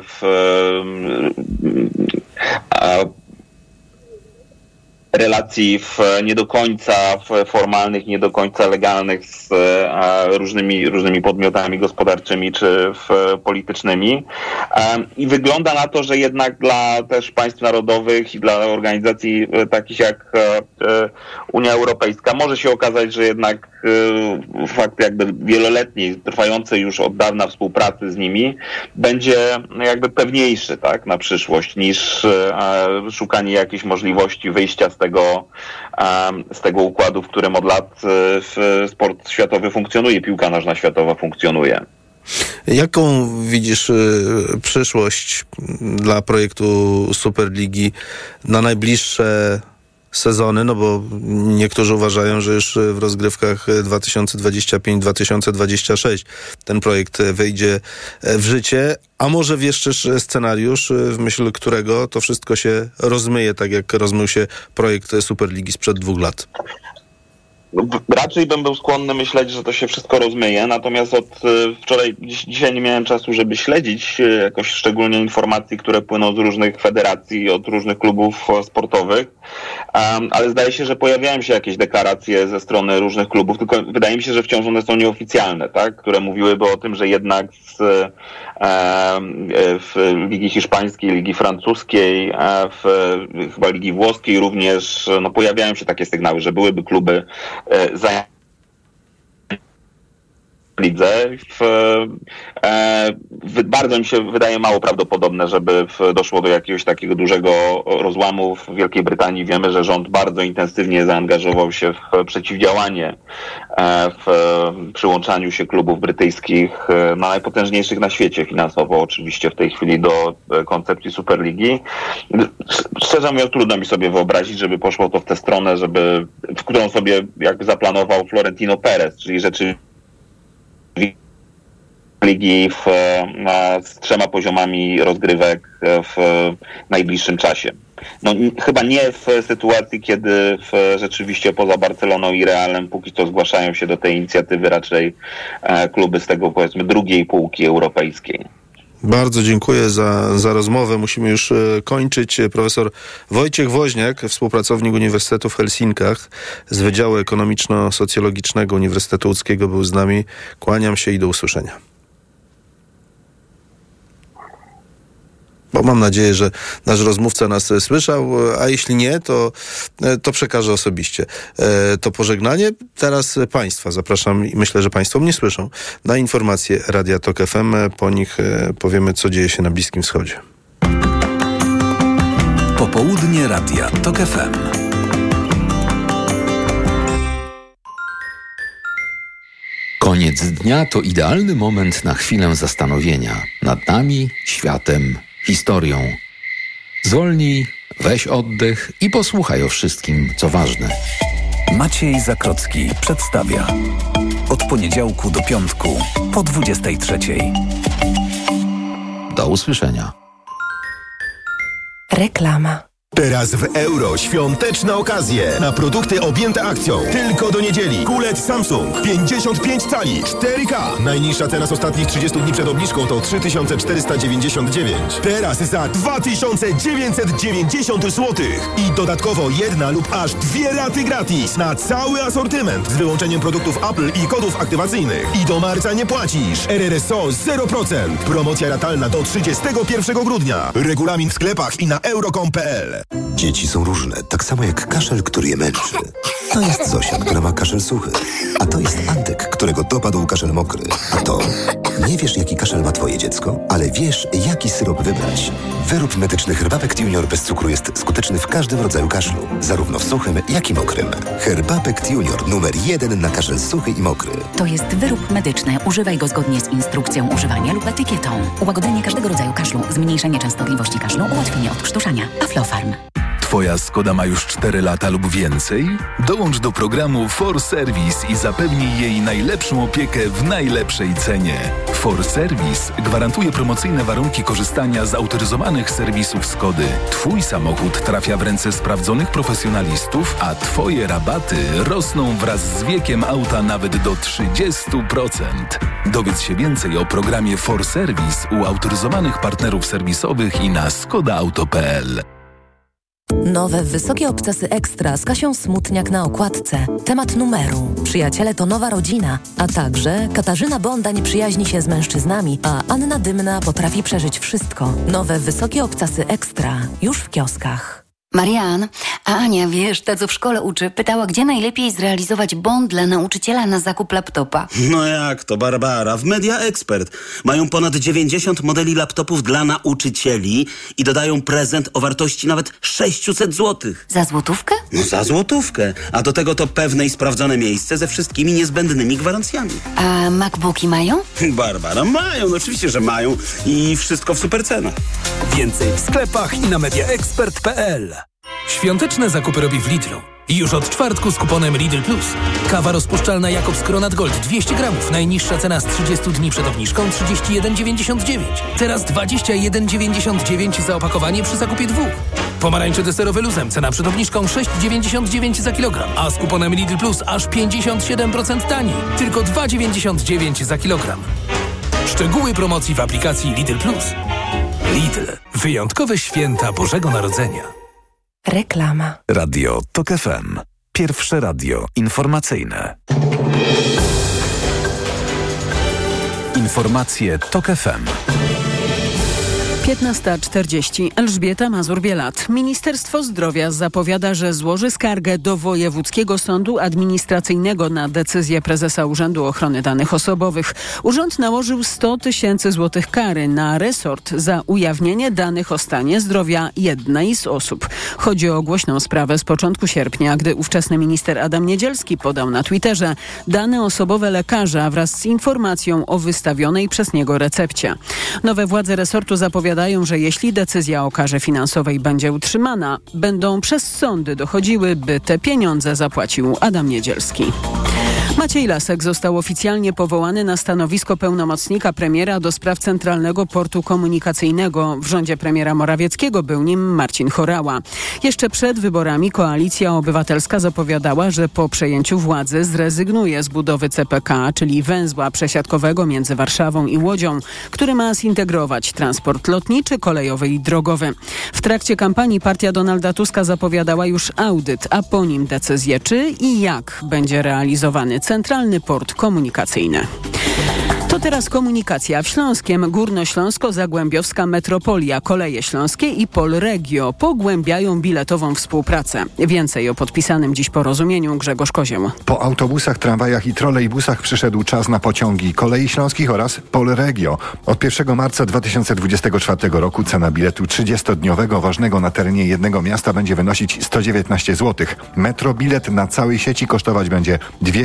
relacji nie do końca formalnych, nie do końca legalnych z różnymi podmiotami gospodarczymi czy politycznymi. I wygląda na to, że jednak dla też państw narodowych i dla organizacji takich jak Unia Europejska może się okazać, że jednak fakt jakby wieloletniej, trwającej już od dawna współpracy z nimi będzie jakby pewniejszy, tak, na przyszłość niż szukanie jakiejś możliwości wyjścia z tego układu, w którym od lat sport światowy funkcjonuje, piłka nożna światowa funkcjonuje. Jaką widzisz przyszłość dla projektu Superligi na najbliższe sezony? No bo niektórzy uważają, że już w rozgrywkach 2025-2026 ten projekt wejdzie w życie, a może wieszczysz scenariusz, w myśl którego to wszystko się rozmyje, tak jak rozmył się projekt Superligi sprzed 2 lat. Raczej bym był skłonny myśleć, że to się wszystko rozmyje, natomiast od wczoraj, dzisiaj nie miałem czasu, żeby śledzić jakoś szczególnie informacji, które płyną z różnych federacji, od różnych klubów sportowych, ale zdaje się, że pojawiają się jakieś deklaracje ze strony różnych klubów, tylko wydaje mi się, że wciąż one są nieoficjalne, tak? Które mówiłyby o tym, że jednak w Ligi Hiszpańskiej, Ligi Francuskiej, chyba Ligi Włoskiej również pojawiają się takie sygnały, że byłyby kluby lidze. Bardzo mi się wydaje mało prawdopodobne, żeby doszło do jakiegoś takiego dużego rozłamu. W Wielkiej Brytanii wiemy, że rząd bardzo intensywnie zaangażował się w przeciwdziałanie w przyłączaniu się klubów brytyjskich, najpotężniejszych na świecie finansowo oczywiście w tej chwili, do koncepcji Superligi. Szczerze mówiąc, trudno mi sobie wyobrazić, żeby poszło to w tę stronę, w którą sobie jakby zaplanował Florentino Perez, czyli rzeczywiście ligi z 3 poziomami rozgrywek w najbliższym czasie. Chyba nie w sytuacji, kiedy rzeczywiście poza Barceloną i Realem póki co zgłaszają się do tej inicjatywy raczej kluby z tego, powiedzmy, drugiej półki europejskiej. Bardzo dziękuję za rozmowę. Musimy już kończyć. Profesor Wojciech Woźniak, współpracownik Uniwersytetu w Helsinkach z Wydziału Ekonomiczno-Socjologicznego Uniwersytetu Łódzkiego, był z nami. Kłaniam się i do usłyszenia. Bo mam nadzieję, że nasz rozmówca nas słyszał, a jeśli nie, to przekażę osobiście to pożegnanie. Teraz Państwa zapraszam i myślę, że Państwo mnie słyszą na informacje Radia Tok FM. Po nich powiemy, co dzieje się na Bliskim Wschodzie. Popołudnie Radia Tok FM. Koniec dnia to idealny moment na chwilę zastanowienia nad nami, światem, historią. Zwolnij, weź oddech i posłuchaj o wszystkim, co ważne. Maciej Zakrocki przedstawia. Od poniedziałku do piątku po 23:00. Do usłyszenia. Reklama. Teraz w Euro świąteczne okazje na produkty objęte akcją. Tylko do niedzieli. Kulec Samsung 55 cali 4K. Najniższa cena z ostatnich 30 dni przed obniżką to 3499. Teraz za 2990 zł. I dodatkowo 1 lub aż 2 raty gratis na cały asortyment z wyłączeniem produktów Apple i kodów aktywacyjnych. I do marca nie płacisz. RRSO 0%. Promocja ratalna do 31 grudnia. Regulamin w sklepach i na euro.com.pl. Dzieci są różne, tak samo jak kaszel, który je męczy. To jest Zosia, która ma kaszel suchy. A to jest Antek, którego dopadł kaszel mokry. A to... Nie wiesz, jaki kaszel ma twoje dziecko, ale wiesz, jaki syrop wybrać. Wyrób medyczny Herbapekt Junior bez cukru jest skuteczny w każdym rodzaju kaszlu. Zarówno w suchym, jak i mokrym. Herbapekt Junior numer 1 na kaszel suchy i mokry. To jest wyrób medyczny. Używaj go zgodnie z instrukcją używania lub etykietą. Ułagodzenie każdego rodzaju kaszlu, zmniejszenie częstotliwości kaszlu, ułatwienie odkrztuszania. Aflofarm. Twoja Skoda ma już 4 lata lub więcej? Dołącz do programu For Service i zapewnij jej najlepszą opiekę w najlepszej cenie. For Service gwarantuje promocyjne warunki korzystania z autoryzowanych serwisów Skody. Twój samochód trafia w ręce sprawdzonych profesjonalistów, a Twoje rabaty rosną wraz z wiekiem auta nawet do 30%. Dowiedz się więcej o programie For Service u autoryzowanych partnerów serwisowych i na skodaauto.pl. Nowe wysokie obcasy Ekstra z Kasią Smutniak na okładce. Temat numeru. Przyjaciele to nowa rodzina. A także Katarzyna Bonda nie przyjaźni się z mężczyznami, a Anna Dymna potrafi przeżyć wszystko. Nowe wysokie obcasy Ekstra. Już w kioskach. Marian, a Ania, wiesz, ta co w szkole uczy, pytała, gdzie najlepiej zrealizować bon dla nauczyciela na zakup laptopa. No jak to, Barbara? W Media Expert mają ponad 90 modeli laptopów dla nauczycieli i dodają prezent o wartości nawet 600 zł. Za złotówkę? No za złotówkę. A do tego to pewne i sprawdzone miejsce ze wszystkimi niezbędnymi gwarancjami. A MacBooki mają? Barbara, mają, no oczywiście, że mają i wszystko w super cenach. Więcej w sklepach i na mediaexpert.pl. Świąteczne zakupy robi w Lidlu. I już od czwartku z kuponem Lidl Plus. Kawa rozpuszczalna Jakobs Kronat Gold 200 gramów. Najniższa cena z 30 dni przed obniżką 31,99. Teraz 21,99 za opakowanie przy zakupie 2. Pomarańcze deserowe luzem. Cena przed obniżką 6,99 za kilogram. A z kuponem Lidl Plus aż 57% taniej. Tylko 2,99 za kilogram. Szczegóły promocji w aplikacji Lidl Plus. Lidl. Wyjątkowe święta Bożego Narodzenia. Reklama. Radio TOK FM. Pierwsze radio informacyjne. Informacje TOK FM. 15:40. Elżbieta Mazur-Bielat. Ministerstwo Zdrowia zapowiada, że złoży skargę do Wojewódzkiego Sądu Administracyjnego na decyzję prezesa Urzędu Ochrony Danych Osobowych. Urząd nałożył 100 000 złotych kary na resort za ujawnienie danych o stanie zdrowia jednej z osób. Chodzi o głośną sprawę z początku sierpnia, gdy ówczesny minister Adam Niedzielski podał na Twitterze dane osobowe lekarza wraz z informacją o wystawionej przez niego recepcie. Nowe władze resortu zapowiadają, że jeśli decyzja o karze finansowej będzie utrzymana, będą przez sądy dochodziły, by te pieniądze zapłacił Adam Niedzielski. Maciej Lasek został oficjalnie powołany na stanowisko pełnomocnika premiera do spraw Centralnego Portu Komunikacyjnego. W rządzie premiera Morawieckiego był nim Marcin Horała. Jeszcze przed wyborami Koalicja Obywatelska zapowiadała, że po przejęciu władzy zrezygnuje z budowy CPK, czyli węzła przesiadkowego między Warszawą i Łodzią, który ma zintegrować transport lotniczy, kolejowy i drogowy. W trakcie kampanii partia Donalda Tuska zapowiadała już audyt, a po nim decyzję, czy i jak będzie realizowany Centralny Port Komunikacyjny. To teraz komunikacja. W Śląskiem Górnośląsko-Zagłębiowska Metropolia, Koleje Śląskie i Polregio pogłębiają biletową współpracę. Więcej o podpisanym dziś porozumieniu Grzegorz Kozieł. Po autobusach, tramwajach i trolejbusach przyszedł czas na pociągi Kolei Śląskich oraz Polregio. Od 1 marca 2024 roku cena biletu 30-dniowego ważnego na terenie jednego miasta będzie wynosić 119 zł. Metrobilet na całej sieci kosztować będzie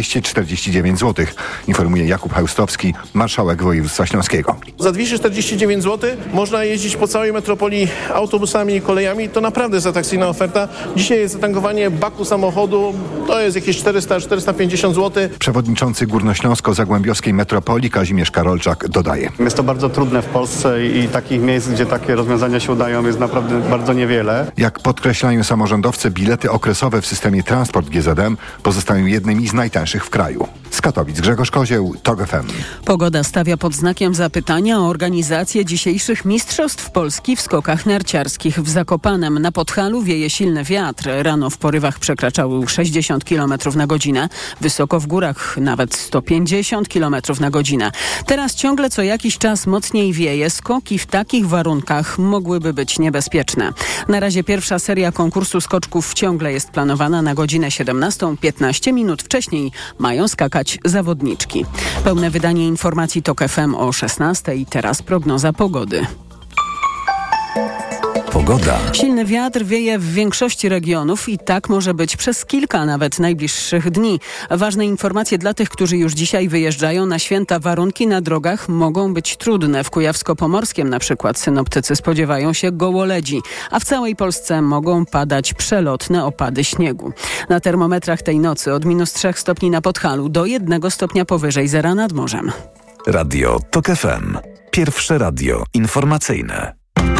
249 zł. Informuje Jakub Chełstowski, marszałek województwa śląskiego. Za 249 zł można jeździć po całej metropolii autobusami i kolejami. To naprawdę jest atrakcyjna oferta. Dzisiaj zatankowanie baku samochodu to jest jakieś 400-450 zł. Przewodniczący Górnośląsko-Zagłębiowskiej Metropolii Kazimierz Karolczak dodaje. Jest to bardzo trudne w Polsce i takich miejsc, gdzie takie rozwiązania się udają, jest naprawdę bardzo niewiele. Jak podkreślają samorządowcy, bilety okresowe w systemie Transport GZM pozostają jednymi z najtańszych w kraju. Z Katowic Grzegorz Kozieł, TOK FM. Pogoda stawia pod znakiem zapytania o organizację dzisiejszych Mistrzostw Polski w skokach narciarskich w Zakopanem. Na Podhalu wieje silny wiatr. Rano w porywach przekraczał 60 km na godzinę. Wysoko w górach nawet 150 km na godzinę. Teraz ciągle co jakiś czas mocniej wieje. Skoki w takich warunkach mogłyby być niebezpieczne. Na razie pierwsza seria konkursu skoczków ciągle jest planowana na godzinę 17. 15 minut wcześniej mają skakać zawodniczki. Pełne wydanie informacji TOK FM o 16. Teraz prognoza pogody. Pogoda. Silny wiatr wieje w większości regionów i tak może być przez kilka nawet najbliższych dni. Ważne informacje dla tych, którzy już dzisiaj wyjeżdżają na święta. Warunki na drogach mogą być trudne. W Kujawsko-Pomorskiem na przykład synoptycy spodziewają się gołoledzi, a w całej Polsce mogą padać przelotne opady śniegu. Na termometrach tej nocy od -3 stopni na Podhalu do 1 stopnia powyżej zera nad morzem. Radio TOK FM. Pierwsze radio informacyjne.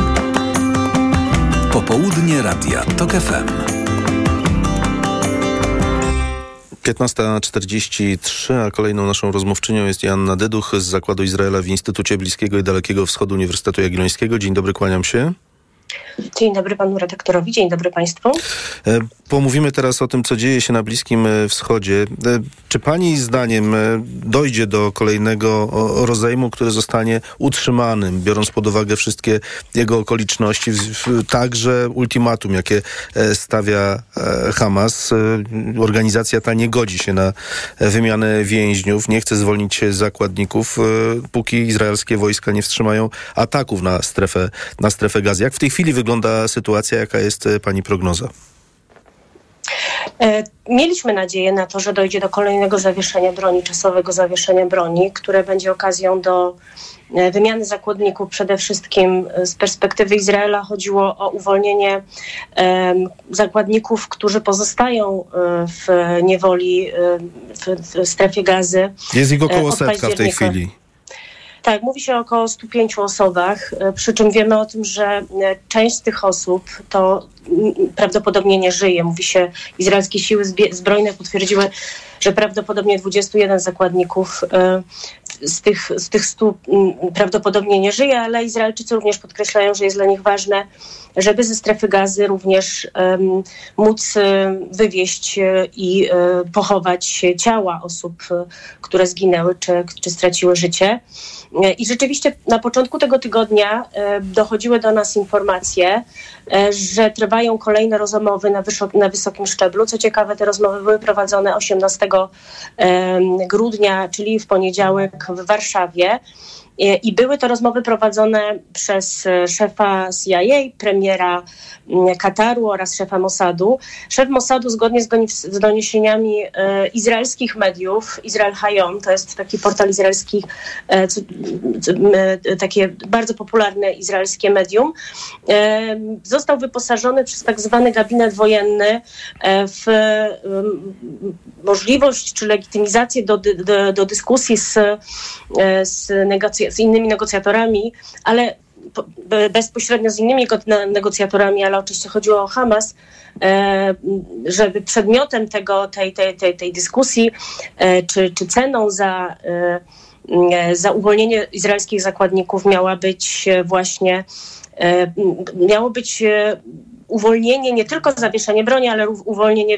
Popołudnie Radia TOK FM. 15:43, a kolejną naszą rozmówczynią jest Joanna Dyduch z Zakładu Izraela w Instytucie Bliskiego i Dalekiego Wschodu Uniwersytetu Jagiellońskiego. Dzień dobry, kłaniam się. Dzień dobry panu redaktorowi, dzień dobry państwu. Pomówimy teraz o tym, co dzieje się na Bliskim Wschodzie. Czy pani zdaniem dojdzie do kolejnego rozejmu, który zostanie utrzymanym, biorąc pod uwagę wszystkie jego okoliczności, także ultimatum, jakie stawia Hamas? Organizacja ta nie godzi się na wymianę więźniów, nie chce zwolnić zakładników, póki izraelskie wojska nie wstrzymają ataków na strefę Gazy. Jak w tej chwili wygląda sytuacja? Jaka jest pani prognoza? Mieliśmy nadzieję na to, że dojdzie do kolejnego zawieszenia broni, czasowego zawieszenia broni, które będzie okazją do wymiany zakładników. Przede wszystkim z perspektywy Izraela chodziło o uwolnienie zakładników, którzy pozostają w niewoli w strefie Gazy. Jest ich około 100 w tej chwili. Tak, mówi się o około 105 osobach, przy czym wiemy o tym, że część z tych osób to prawdopodobnie nie żyje. Mówi się, izraelskie siły zbrojne potwierdziły, że prawdopodobnie 21 zakładników z tych 100 prawdopodobnie nie żyje, ale Izraelczycy również podkreślają, że jest dla nich ważne, żeby ze strefy Gazy również móc wywieźć i pochować ciała osób, które zginęły czy straciły życie. I rzeczywiście na początku tego tygodnia dochodziły do nas informacje, że trwają kolejne rozmowy na wysokim szczeblu. Co ciekawe, te rozmowy były prowadzone 18 grudnia, czyli w poniedziałek w Warszawie. I były to rozmowy prowadzone przez szefa CIA, premiera Kataru oraz szefa Mossadu. Szef Mossadu, zgodnie z doniesieniami izraelskich mediów, Israel Hayom, to jest taki portal izraelski, takie bardzo popularne izraelskie medium, został wyposażony przez tak zwany gabinet wojenny w możliwość czy legitymizację do dyskusji z innymi negocjatorami, ale bezpośrednio z innymi negocjatorami, ale oczywiście chodziło o Hamas, żeby przedmiotem tej dyskusji czy ceną za uwolnienie izraelskich zakładników miało być uwolnienie, nie tylko zawieszenie broni, ale uwolnienie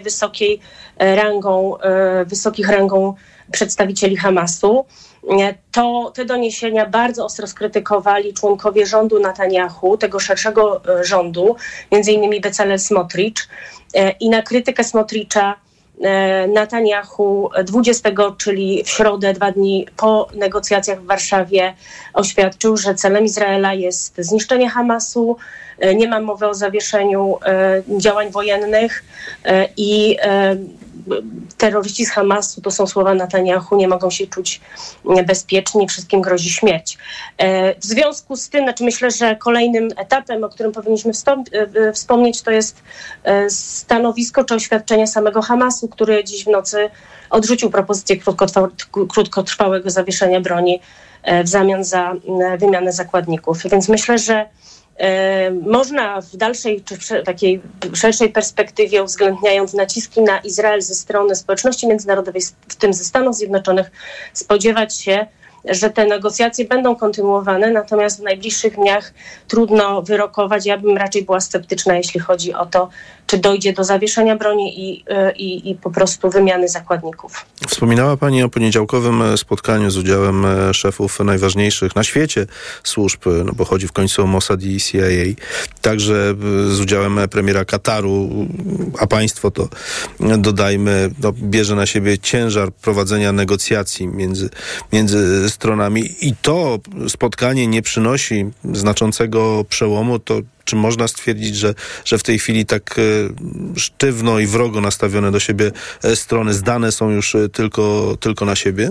wysokich rangą przedstawicieli Hamasu. Te doniesienia bardzo ostro skrytykowali członkowie rządu Netanyahu, tego szerszego rządu, między innymi Bezalel Smotrich. I na krytykę Smotricha Netanyahu 20, czyli w środę, 2 dni po negocjacjach w Warszawie, oświadczył, że celem Izraela jest zniszczenie Hamasu, nie ma mowy o zawieszeniu działań wojennych i terroryści z Hamasu, to są słowa Netanyahu, nie mogą się czuć bezpieczni, wszystkim grozi śmierć. W związku z tym, myślę, że kolejnym etapem, o którym powinniśmy wspomnieć, to jest stanowisko czy oświadczenie samego Hamasu, który dziś w nocy odrzucił propozycję krótkotrwałego zawieszenia broni w zamian za wymianę zakładników. Więc myślę, że można w dalszej czy takiej szerszej perspektywie, uwzględniając naciski na Izrael ze strony społeczności międzynarodowej, w tym ze Stanów Zjednoczonych, spodziewać się, że te negocjacje będą kontynuowane, natomiast w najbliższych dniach trudno wyrokować. Ja bym raczej była sceptyczna, jeśli chodzi o to, czy dojdzie do zawieszenia broni i po prostu wymiany zakładników. Wspominała pani o poniedziałkowym spotkaniu z udziałem szefów najważniejszych na świecie służb, no bo chodzi w końcu o Mossad i CIA, także z udziałem premiera Kataru, a państwo to, dodajmy, bierze na siebie ciężar prowadzenia negocjacji między stronami i to spotkanie nie przynosi znaczącego przełomu, to czy można stwierdzić, że w tej chwili tak sztywno i wrogo nastawione do siebie strony zdane są już tylko na siebie?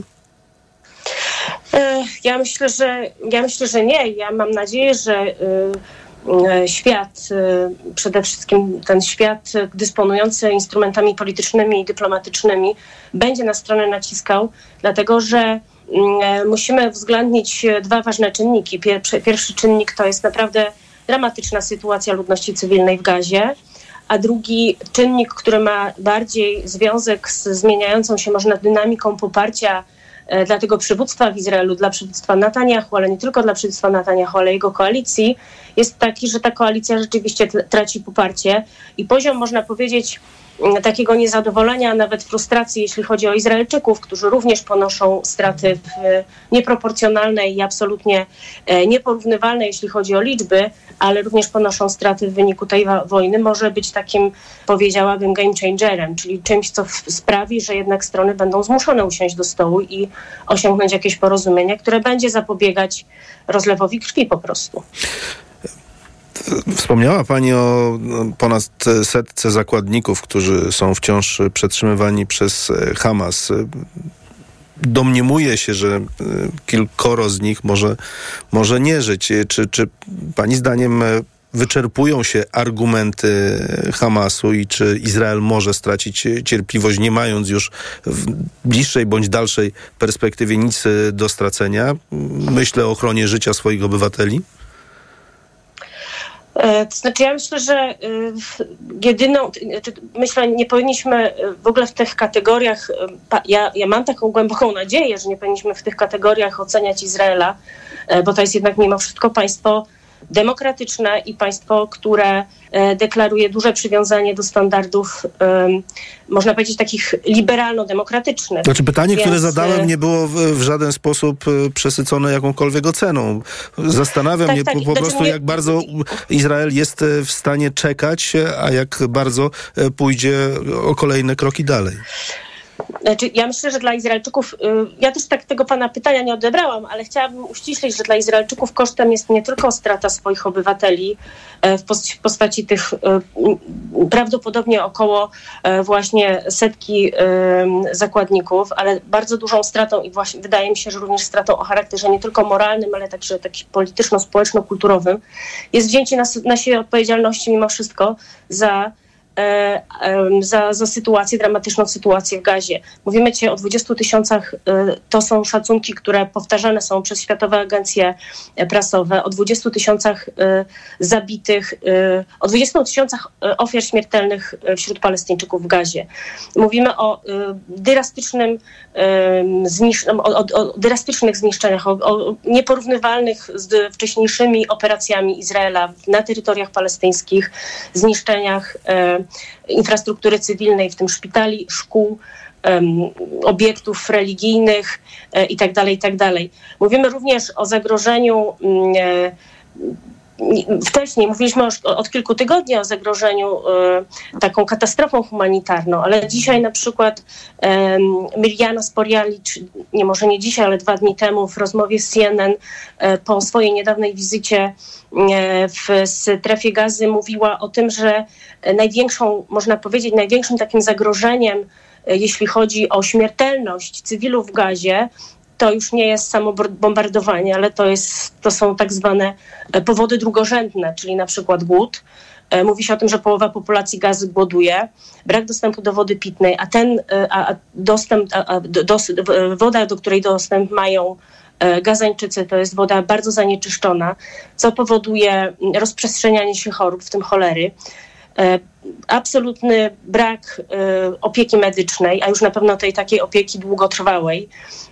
Ja myślę, że nie. Ja mam nadzieję, że świat, przede wszystkim ten świat dysponujący instrumentami politycznymi i dyplomatycznymi będzie na stronę naciskał, dlatego że musimy uwzględnić dwa ważne czynniki. Pierwszy czynnik to jest naprawdę dramatyczna sytuacja ludności cywilnej w Gazie, a drugi czynnik, który ma bardziej związek z zmieniającą się można dynamiką poparcia dla tego przywództwa w Izraelu, dla przywództwa Netanjahu, ale nie tylko dla przywództwa Netanjahu, ale jego koalicji, jest taki, że ta koalicja rzeczywiście traci poparcie i poziom, można powiedzieć, takiego niezadowolenia, a nawet frustracji, jeśli chodzi o Izraelczyków, którzy również ponoszą straty nieproporcjonalne i absolutnie nieporównywalne, jeśli chodzi o liczby, ale również ponoszą straty w wyniku tej wojny, może być takim, powiedziałabym, game changerem, czyli czymś, co sprawi, że jednak strony będą zmuszone usiąść do stołu i osiągnąć jakieś porozumienie, które będzie zapobiegać rozlewowi krwi po prostu. Wspomniała Pani o ponad 100 zakładników, którzy są wciąż przetrzymywani przez Hamas. Domniemuje się, że kilkoro z nich może nie żyć. Czy Pani zdaniem wyczerpują się argumenty Hamasu i czy Izrael może stracić cierpliwość, nie mając już w bliższej bądź dalszej perspektywie nic do stracenia? Myślę o ochronie życia swoich obywateli. To znaczy ja myślę, że nie powinniśmy w ogóle w tych kategoriach, ja mam taką głęboką nadzieję, że nie powinniśmy w tych kategoriach oceniać Izraela, bo to jest jednak mimo wszystko państwo demokratyczne i państwo, które deklaruje duże przywiązanie do standardów, można powiedzieć, takich liberalno-demokratycznych. Znaczy pytanie, które zadałem, nie było w żaden sposób przesycone jakąkolwiek oceną. Zastanawiam mnie po prostu, jak bardzo Izrael jest w stanie czekać, a jak bardzo pójdzie o kolejne kroki dalej. Znaczy, ja myślę, że dla Izraelczyków, ja też tak tego pana pytania nie odebrałam, ale chciałabym uściślić, że dla Izraelczyków kosztem jest nie tylko strata swoich obywateli w postaci tych prawdopodobnie około właśnie 100 zakładników, ale bardzo dużą stratą i właśnie wydaje mi się, że również stratą o charakterze nie tylko moralnym, ale także takim polityczno-społeczno-kulturowym jest wzięcie na siebie odpowiedzialności mimo wszystko za sytuację, dramatyczną sytuację w Gazie. Mówimy dzisiaj o 20 000, to są szacunki, które powtarzane są przez światowe agencje prasowe, o 20 000 zabitych, o 20 000 ofiar śmiertelnych wśród Palestyńczyków w Gazie. Mówimy o drastycznych zniszczeniach, o nieporównywalnych z wcześniejszymi operacjami Izraela na terytoriach palestyńskich, zniszczeniach infrastruktury cywilnej, w tym szpitali, szkół, obiektów religijnych itd. Mówimy również o zagrożeniu, wcześniej mówiliśmy od kilku tygodni o zagrożeniu taką katastrofą humanitarną, ale dzisiaj na przykład Mirjana Sporialicz, może nie dzisiaj, ale 2 dni temu w rozmowie z CNN po swojej niedawnej wizycie w strefie Gazy mówiła o tym, że największym takim zagrożeniem, jeśli chodzi o śmiertelność cywilów w Gazie, to już nie jest samo bombardowanie, ale to są tak zwane powody drugorzędne, czyli na przykład głód. Mówi się o tym, że połowa populacji Gazy głoduje, brak dostępu do wody pitnej, woda, do której dostęp mają Gazańczycy, to jest woda bardzo zanieczyszczona, co powoduje rozprzestrzenianie się chorób, w tym cholery. Absolutny brak opieki medycznej, a już na pewno tej takiej opieki długotrwałej.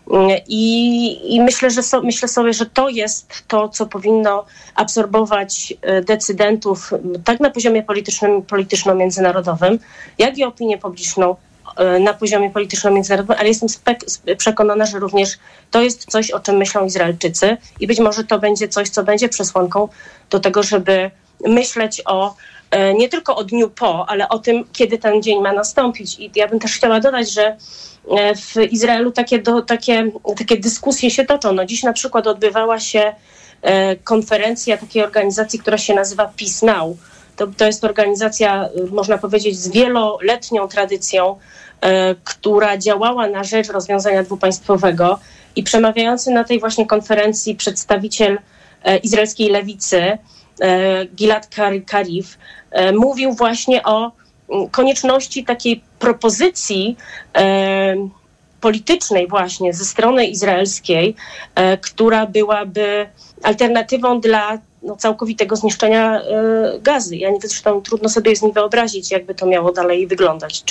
I myślę sobie, że to jest to, co powinno absorbować decydentów tak na poziomie polityczno-międzynarodowym, jak i opinię publiczną na poziomie polityczno-międzynarodowym, ale jestem przekonana, że również to jest coś, o czym myślą Izraelczycy i być może to będzie coś, co będzie przesłanką do tego, żeby myśleć o nie tylko o dniu po, ale o tym, kiedy ten dzień ma nastąpić. I ja bym też chciała dodać, że w Izraelu takie dyskusje się toczą. No dziś na przykład odbywała się konferencja takiej organizacji, która się nazywa Peace Now. To jest organizacja, można powiedzieć, z wieloletnią tradycją, która działała na rzecz rozwiązania dwupaństwowego i przemawiający na tej właśnie konferencji przedstawiciel izraelskiej lewicy, Gilad Karif, mówił właśnie o konieczności takiej propozycji politycznej właśnie ze strony izraelskiej, która byłaby alternatywą dla całkowitego zniszczenia Gazy. Zresztą trudno sobie z nim wyobrazić, jakby to miało dalej wyglądać.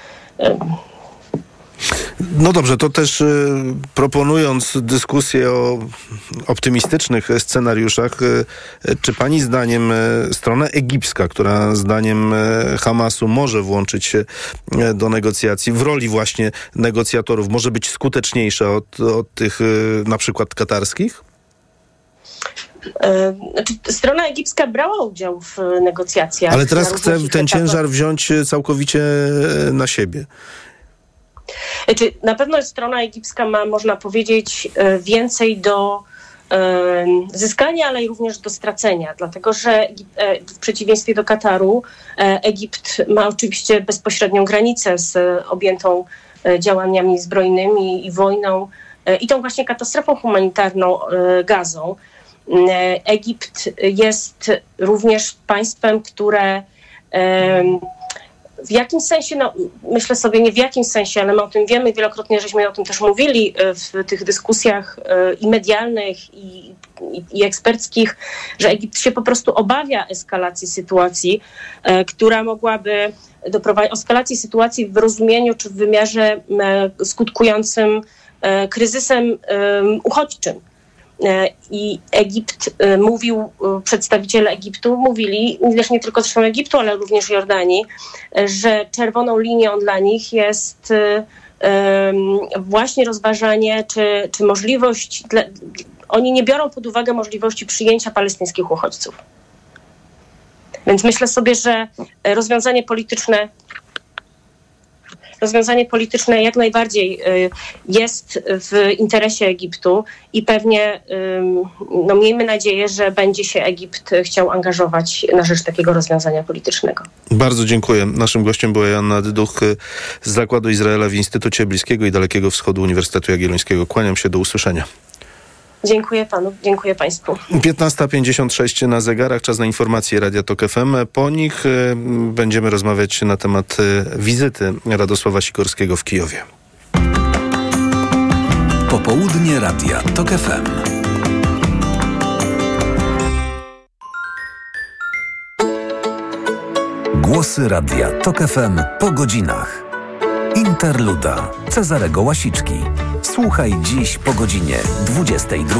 No dobrze, to też proponując dyskusję o optymistycznych scenariuszach, czy pani zdaniem strona egipska, która zdaniem Hamasu może włączyć się do negocjacji w roli właśnie negocjatorów, może być skuteczniejsza od tych na przykład katarskich? Strona egipska brała udział w negocjacjach. Ale teraz chce ten ciężar wziąć całkowicie na siebie. Na pewno strona egipska ma, można powiedzieć, więcej do zyskania, ale również do stracenia, dlatego że w przeciwieństwie do Kataru Egipt ma oczywiście bezpośrednią granicę z objętą działaniami zbrojnymi i wojną i tą właśnie katastrofą humanitarną Gazą. Egipt jest również państwem, które w jakimś sensie, myślę sobie nie w jakimś sensie, ale my o tym wiemy, wielokrotnie żeśmy o tym też mówili w tych dyskusjach i medialnych i eksperckich, że Egipt się po prostu obawia eskalacji sytuacji, która mogłaby doprowadzić eskalacji sytuacji w rozumieniu czy w wymiarze skutkującym kryzysem uchodźczym. I przedstawiciele Egiptu mówili, też nie tylko zresztą Egiptu, ale również Jordanii, że czerwoną linią dla nich jest właśnie rozważanie, czy możliwość, oni nie biorą pod uwagę możliwości przyjęcia palestyńskich uchodźców. Więc myślę sobie, że rozwiązanie polityczne jak najbardziej jest w interesie Egiptu i pewnie miejmy nadzieję, że będzie się Egipt chciał angażować na rzecz takiego rozwiązania politycznego. Bardzo dziękuję. Naszym gościem była Joanna Dyduch z Zakładu Izraela w Instytucie Bliskiego i Dalekiego Wschodu Uniwersytetu Jagiellońskiego. Kłaniam się, do usłyszenia. Dziękuję panu, dziękuję państwu. 15:56 na zegarach, czas na informacje Radia Tok FM. Po nich będziemy rozmawiać na temat wizyty Radosława Sikorskiego w Kijowie. Popołudnie Radia Tok FM. Głosy Radia Tok FM po godzinach. Interluda Cezarego Łasiczki. Słuchaj dziś po godzinie 22.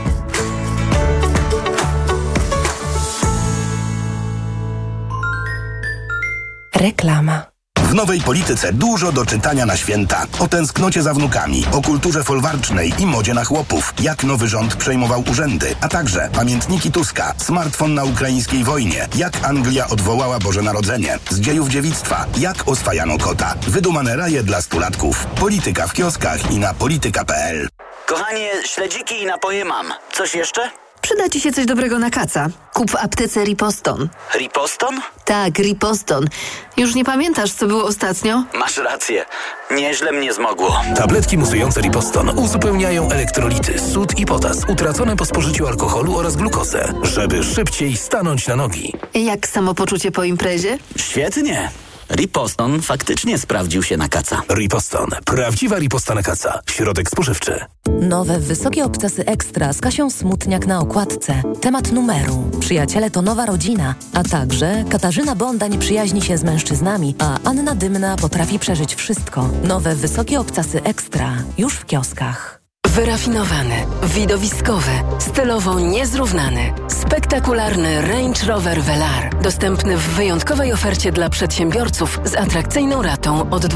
Reklama. W nowej polityce dużo do czytania na święta. O tęsknocie za wnukami, o kulturze folwarcznej i modzie na chłopów. Jak nowy rząd przejmował urzędy, a także pamiętniki Tuska, smartfon na ukraińskiej wojnie, jak Anglia odwołała Boże Narodzenie, z dziejów dziewictwa, jak oswajano kota, wydumane raje dla stulatków. Polityka w kioskach i na polityka.pl. Kochanie, śledziki i napoje mam. Coś jeszcze? Przyda ci się coś dobrego na kaca. Kup w aptece Riposton. Riposton? Tak, Riposton. Już nie pamiętasz, co było ostatnio? Masz rację. Nieźle mnie zmogło. Tabletki musujące Riposton uzupełniają elektrolity, sód i potas utracone po spożyciu alkoholu oraz glukozę, żeby szybciej stanąć na nogi. Jak samopoczucie po imprezie? Świetnie. Riposton faktycznie sprawdził się na kaca. Riposton. Prawdziwa riposta na kaca. Środek spożywczy. Nowe wysokie obcasy ekstra z Kasią Smutniak na okładce. Temat numeru. Przyjaciele to nowa rodzina. A także Katarzyna Bondań przyjaźni się z mężczyznami, a Anna Dymna potrafi przeżyć wszystko. Nowe wysokie obcasy ekstra. Już w kioskach. Wyrafinowany, widowiskowy, stylowo niezrównany, spektakularny Range Rover Velar. Dostępny w wyjątkowej ofercie dla przedsiębiorców z atrakcyjną ratą od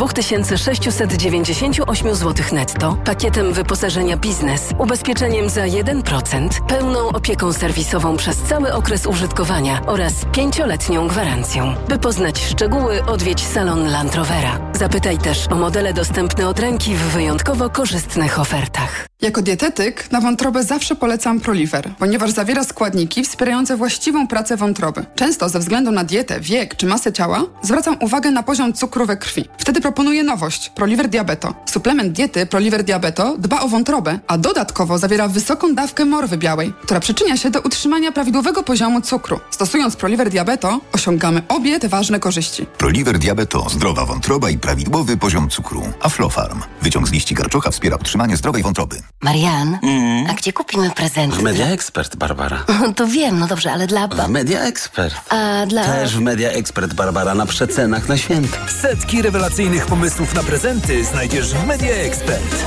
2698 zł netto, pakietem wyposażenia biznes, ubezpieczeniem za 1%, pełną opieką serwisową przez cały okres użytkowania oraz 5-letnią gwarancją. By poznać szczegóły, odwiedź salon Land Rovera. Zapytaj też o modele dostępne od ręki w wyjątkowo korzystnych ofertach. Jako dietetyk na wątrobę zawsze polecam Proliver, ponieważ zawiera składniki wspierające właściwą pracę wątroby. Często ze względu na dietę, wiek czy masę ciała zwracam uwagę na poziom cukru we krwi. Wtedy proponuję nowość – Proliver Diabeto. Suplement diety Proliver Diabeto dba o wątrobę, a dodatkowo zawiera wysoką dawkę morwy białej, która przyczynia się do utrzymania prawidłowego poziomu cukru. Stosując Proliver Diabeto osiągamy obie te ważne korzyści. Proliver Diabeto, zdrowa wątroba i prawidłowy poziom cukru. Aflofarm. Wyciąg z liści garczocha wspiera utrzymanie zdrowej wątroby. Marian, a gdzie kupimy prezenty? W Media Expert, Barbara. To wiem, no dobrze, ale dla... W Media Expert. A dla... Też w Media Expert, Barbara, na przecenach na święta. Setki rewelacyjnych pomysłów na prezenty znajdziesz w Media Expert.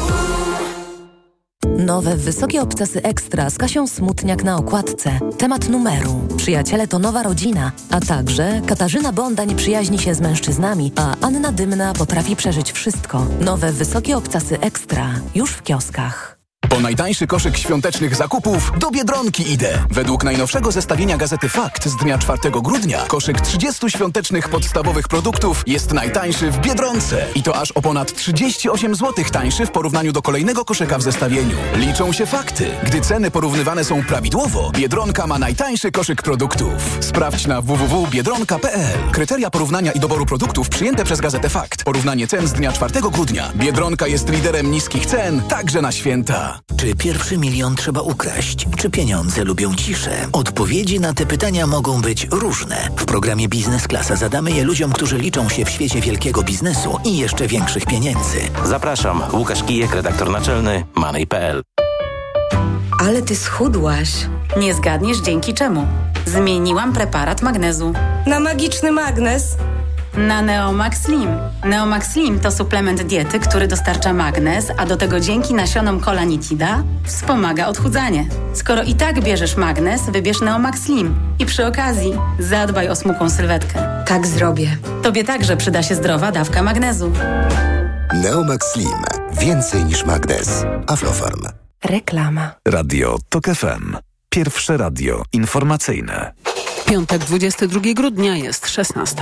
Nowe wysokie obcasy Ekstra z Kasią Smutniak na okładce. Temat numeru. Przyjaciele to nowa rodzina. A także Katarzyna Bondań przyjaźni się z mężczyznami, a Anna Dymna potrafi przeżyć wszystko. Nowe wysokie obcasy Ekstra. Już w kioskach. Po najtańszy koszyk świątecznych zakupów do Biedronki idę. Według najnowszego zestawienia Gazety Fakt z dnia 4 grudnia koszyk 30 świątecznych podstawowych produktów jest najtańszy w Biedronce. I to aż o ponad 38 zł tańszy w porównaniu do kolejnego koszyka w zestawieniu. Liczą się fakty. Gdy ceny porównywane są prawidłowo, Biedronka ma najtańszy koszyk produktów. Sprawdź na www.biedronka.pl. Kryteria porównania i doboru produktów przyjęte przez Gazetę Fakt. Porównanie cen z dnia 4 grudnia. Biedronka jest liderem niskich cen, także na święta. Czy pierwszy milion trzeba ukraść? Czy pieniądze lubią ciszę? Odpowiedzi na te pytania mogą być różne. W programie Biznes Klasa zadamy je ludziom, którzy liczą się w świecie wielkiego biznesu i jeszcze większych pieniędzy. Zapraszam, Łukasz Kijek, redaktor naczelny Money.pl. Ale ty schudłaś. Nie zgadniesz dzięki czemu. Zmieniłam preparat magnezu. Na magiczny magnez? Na Neomax Slim. Neomax Slim to suplement diety, który dostarcza magnez, a do tego dzięki nasionom kolanitida wspomaga odchudzanie. Skoro i tak bierzesz magnez, wybierz Neomax Slim. I przy okazji zadbaj o smukłą sylwetkę. Tak zrobię. Tobie także przyda się zdrowa dawka magnezu. Neomax Slim. Więcej niż magnez. Aflofarm. Reklama. Radio TOK FM. Pierwsze radio informacyjne. Piątek, 22 grudnia, jest 16.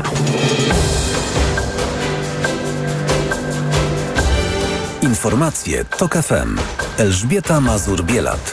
Informacje TOK FM. Elżbieta Mazur-Bielat.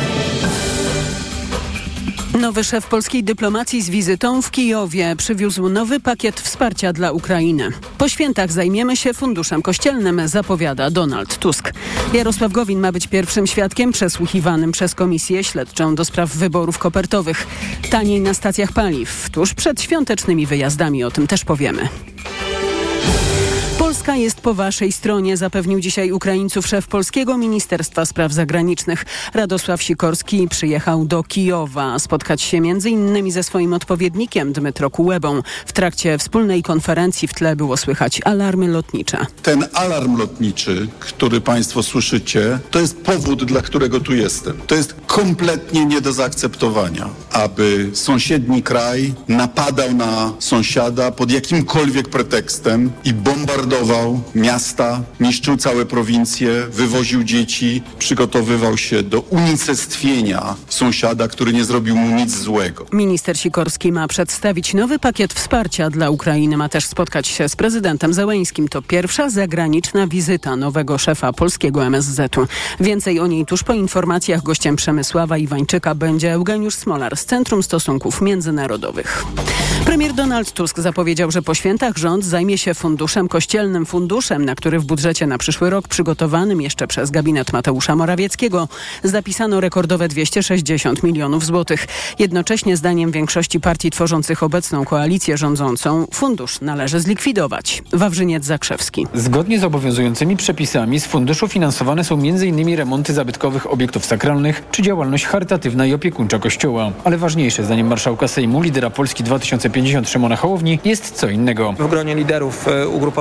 Nowy szef polskiej dyplomacji z wizytą w Kijowie przywiózł nowy pakiet wsparcia dla Ukrainy. Po świętach zajmiemy się funduszem kościelnym, zapowiada Donald Tusk. Jarosław Gowin ma być pierwszym świadkiem przesłuchiwanym przez Komisję Śledczą do spraw wyborów kopertowych. Taniej na stacjach paliw. Tuż przed świątecznymi wyjazdami, o tym też powiemy. Polska jest po waszej stronie, zapewnił dzisiaj Ukraińców szef polskiego Ministerstwa Spraw Zagranicznych. Radosław Sikorski przyjechał do Kijowa spotkać się m.in. ze swoim odpowiednikiem Dmytro Kulebą. W trakcie wspólnej konferencji w tle było słychać alarmy lotnicze. Ten alarm lotniczy, który państwo słyszycie, to jest powód, dla którego tu jestem. To jest kompletnie nie do zaakceptowania, aby sąsiedni kraj napadał na sąsiada pod jakimkolwiek pretekstem i bombardował miasta, niszczył całe prowincje, wywoził dzieci, przygotowywał się do unicestwienia sąsiada, który nie zrobił mu nic złego. Minister Sikorski ma przedstawić nowy pakiet wsparcia dla Ukrainy. Ma też spotkać się z prezydentem Zełeńskim. To pierwsza zagraniczna wizyta nowego szefa polskiego MSZ-u. Więcej o niej tuż po informacjach. Gościem Przemysława Iwańczyka będzie Eugeniusz Smolar z Centrum Stosunków Międzynarodowych. Premier Donald Tusk zapowiedział, że po świętach rząd zajmie się funduszem kościelnym, funduszem, na który w budżecie na przyszły rok przygotowanym jeszcze przez gabinet Mateusza Morawieckiego zapisano rekordowe 260 milionów złotych. Jednocześnie zdaniem większości partii tworzących obecną koalicję rządzącą fundusz należy zlikwidować. Wawrzyniec Zakrzewski. Zgodnie z obowiązującymi przepisami z funduszu finansowane są m.in. remonty zabytkowych obiektów sakralnych czy działalność charytatywna i opiekuńcza Kościoła. Ale ważniejsze, zdaniem marszałka Sejmu, lidera Polski 2050 Szymona Hołowni, jest co innego. W gronie liderów ugrupowań koalicji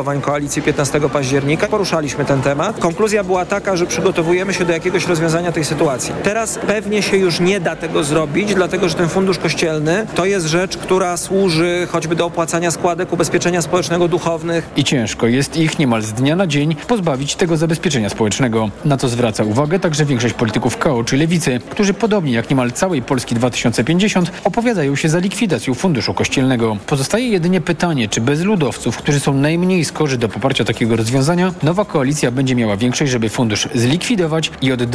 koalicji 15 października. Poruszaliśmy ten temat. Konkluzja była taka, że przygotowujemy się do jakiegoś rozwiązania tej sytuacji. Teraz pewnie się już nie da tego zrobić, dlatego że ten fundusz kościelny to jest rzecz, która służy choćby do opłacania składek ubezpieczenia społecznego duchownych. I ciężko jest ich niemal z dnia na dzień pozbawić tego zabezpieczenia społecznego. Na to zwraca uwagę także większość polityków KO czy Lewicy, którzy podobnie jak niemal całej Polski 2050 opowiadają się za likwidacją funduszu kościelnego. Pozostaje jedynie pytanie, czy bez ludowców, którzy są najmniej skorzy do poparcia takiego rozwiązania, nowa koalicja będzie miała większość, żeby fundusz zlikwidować i od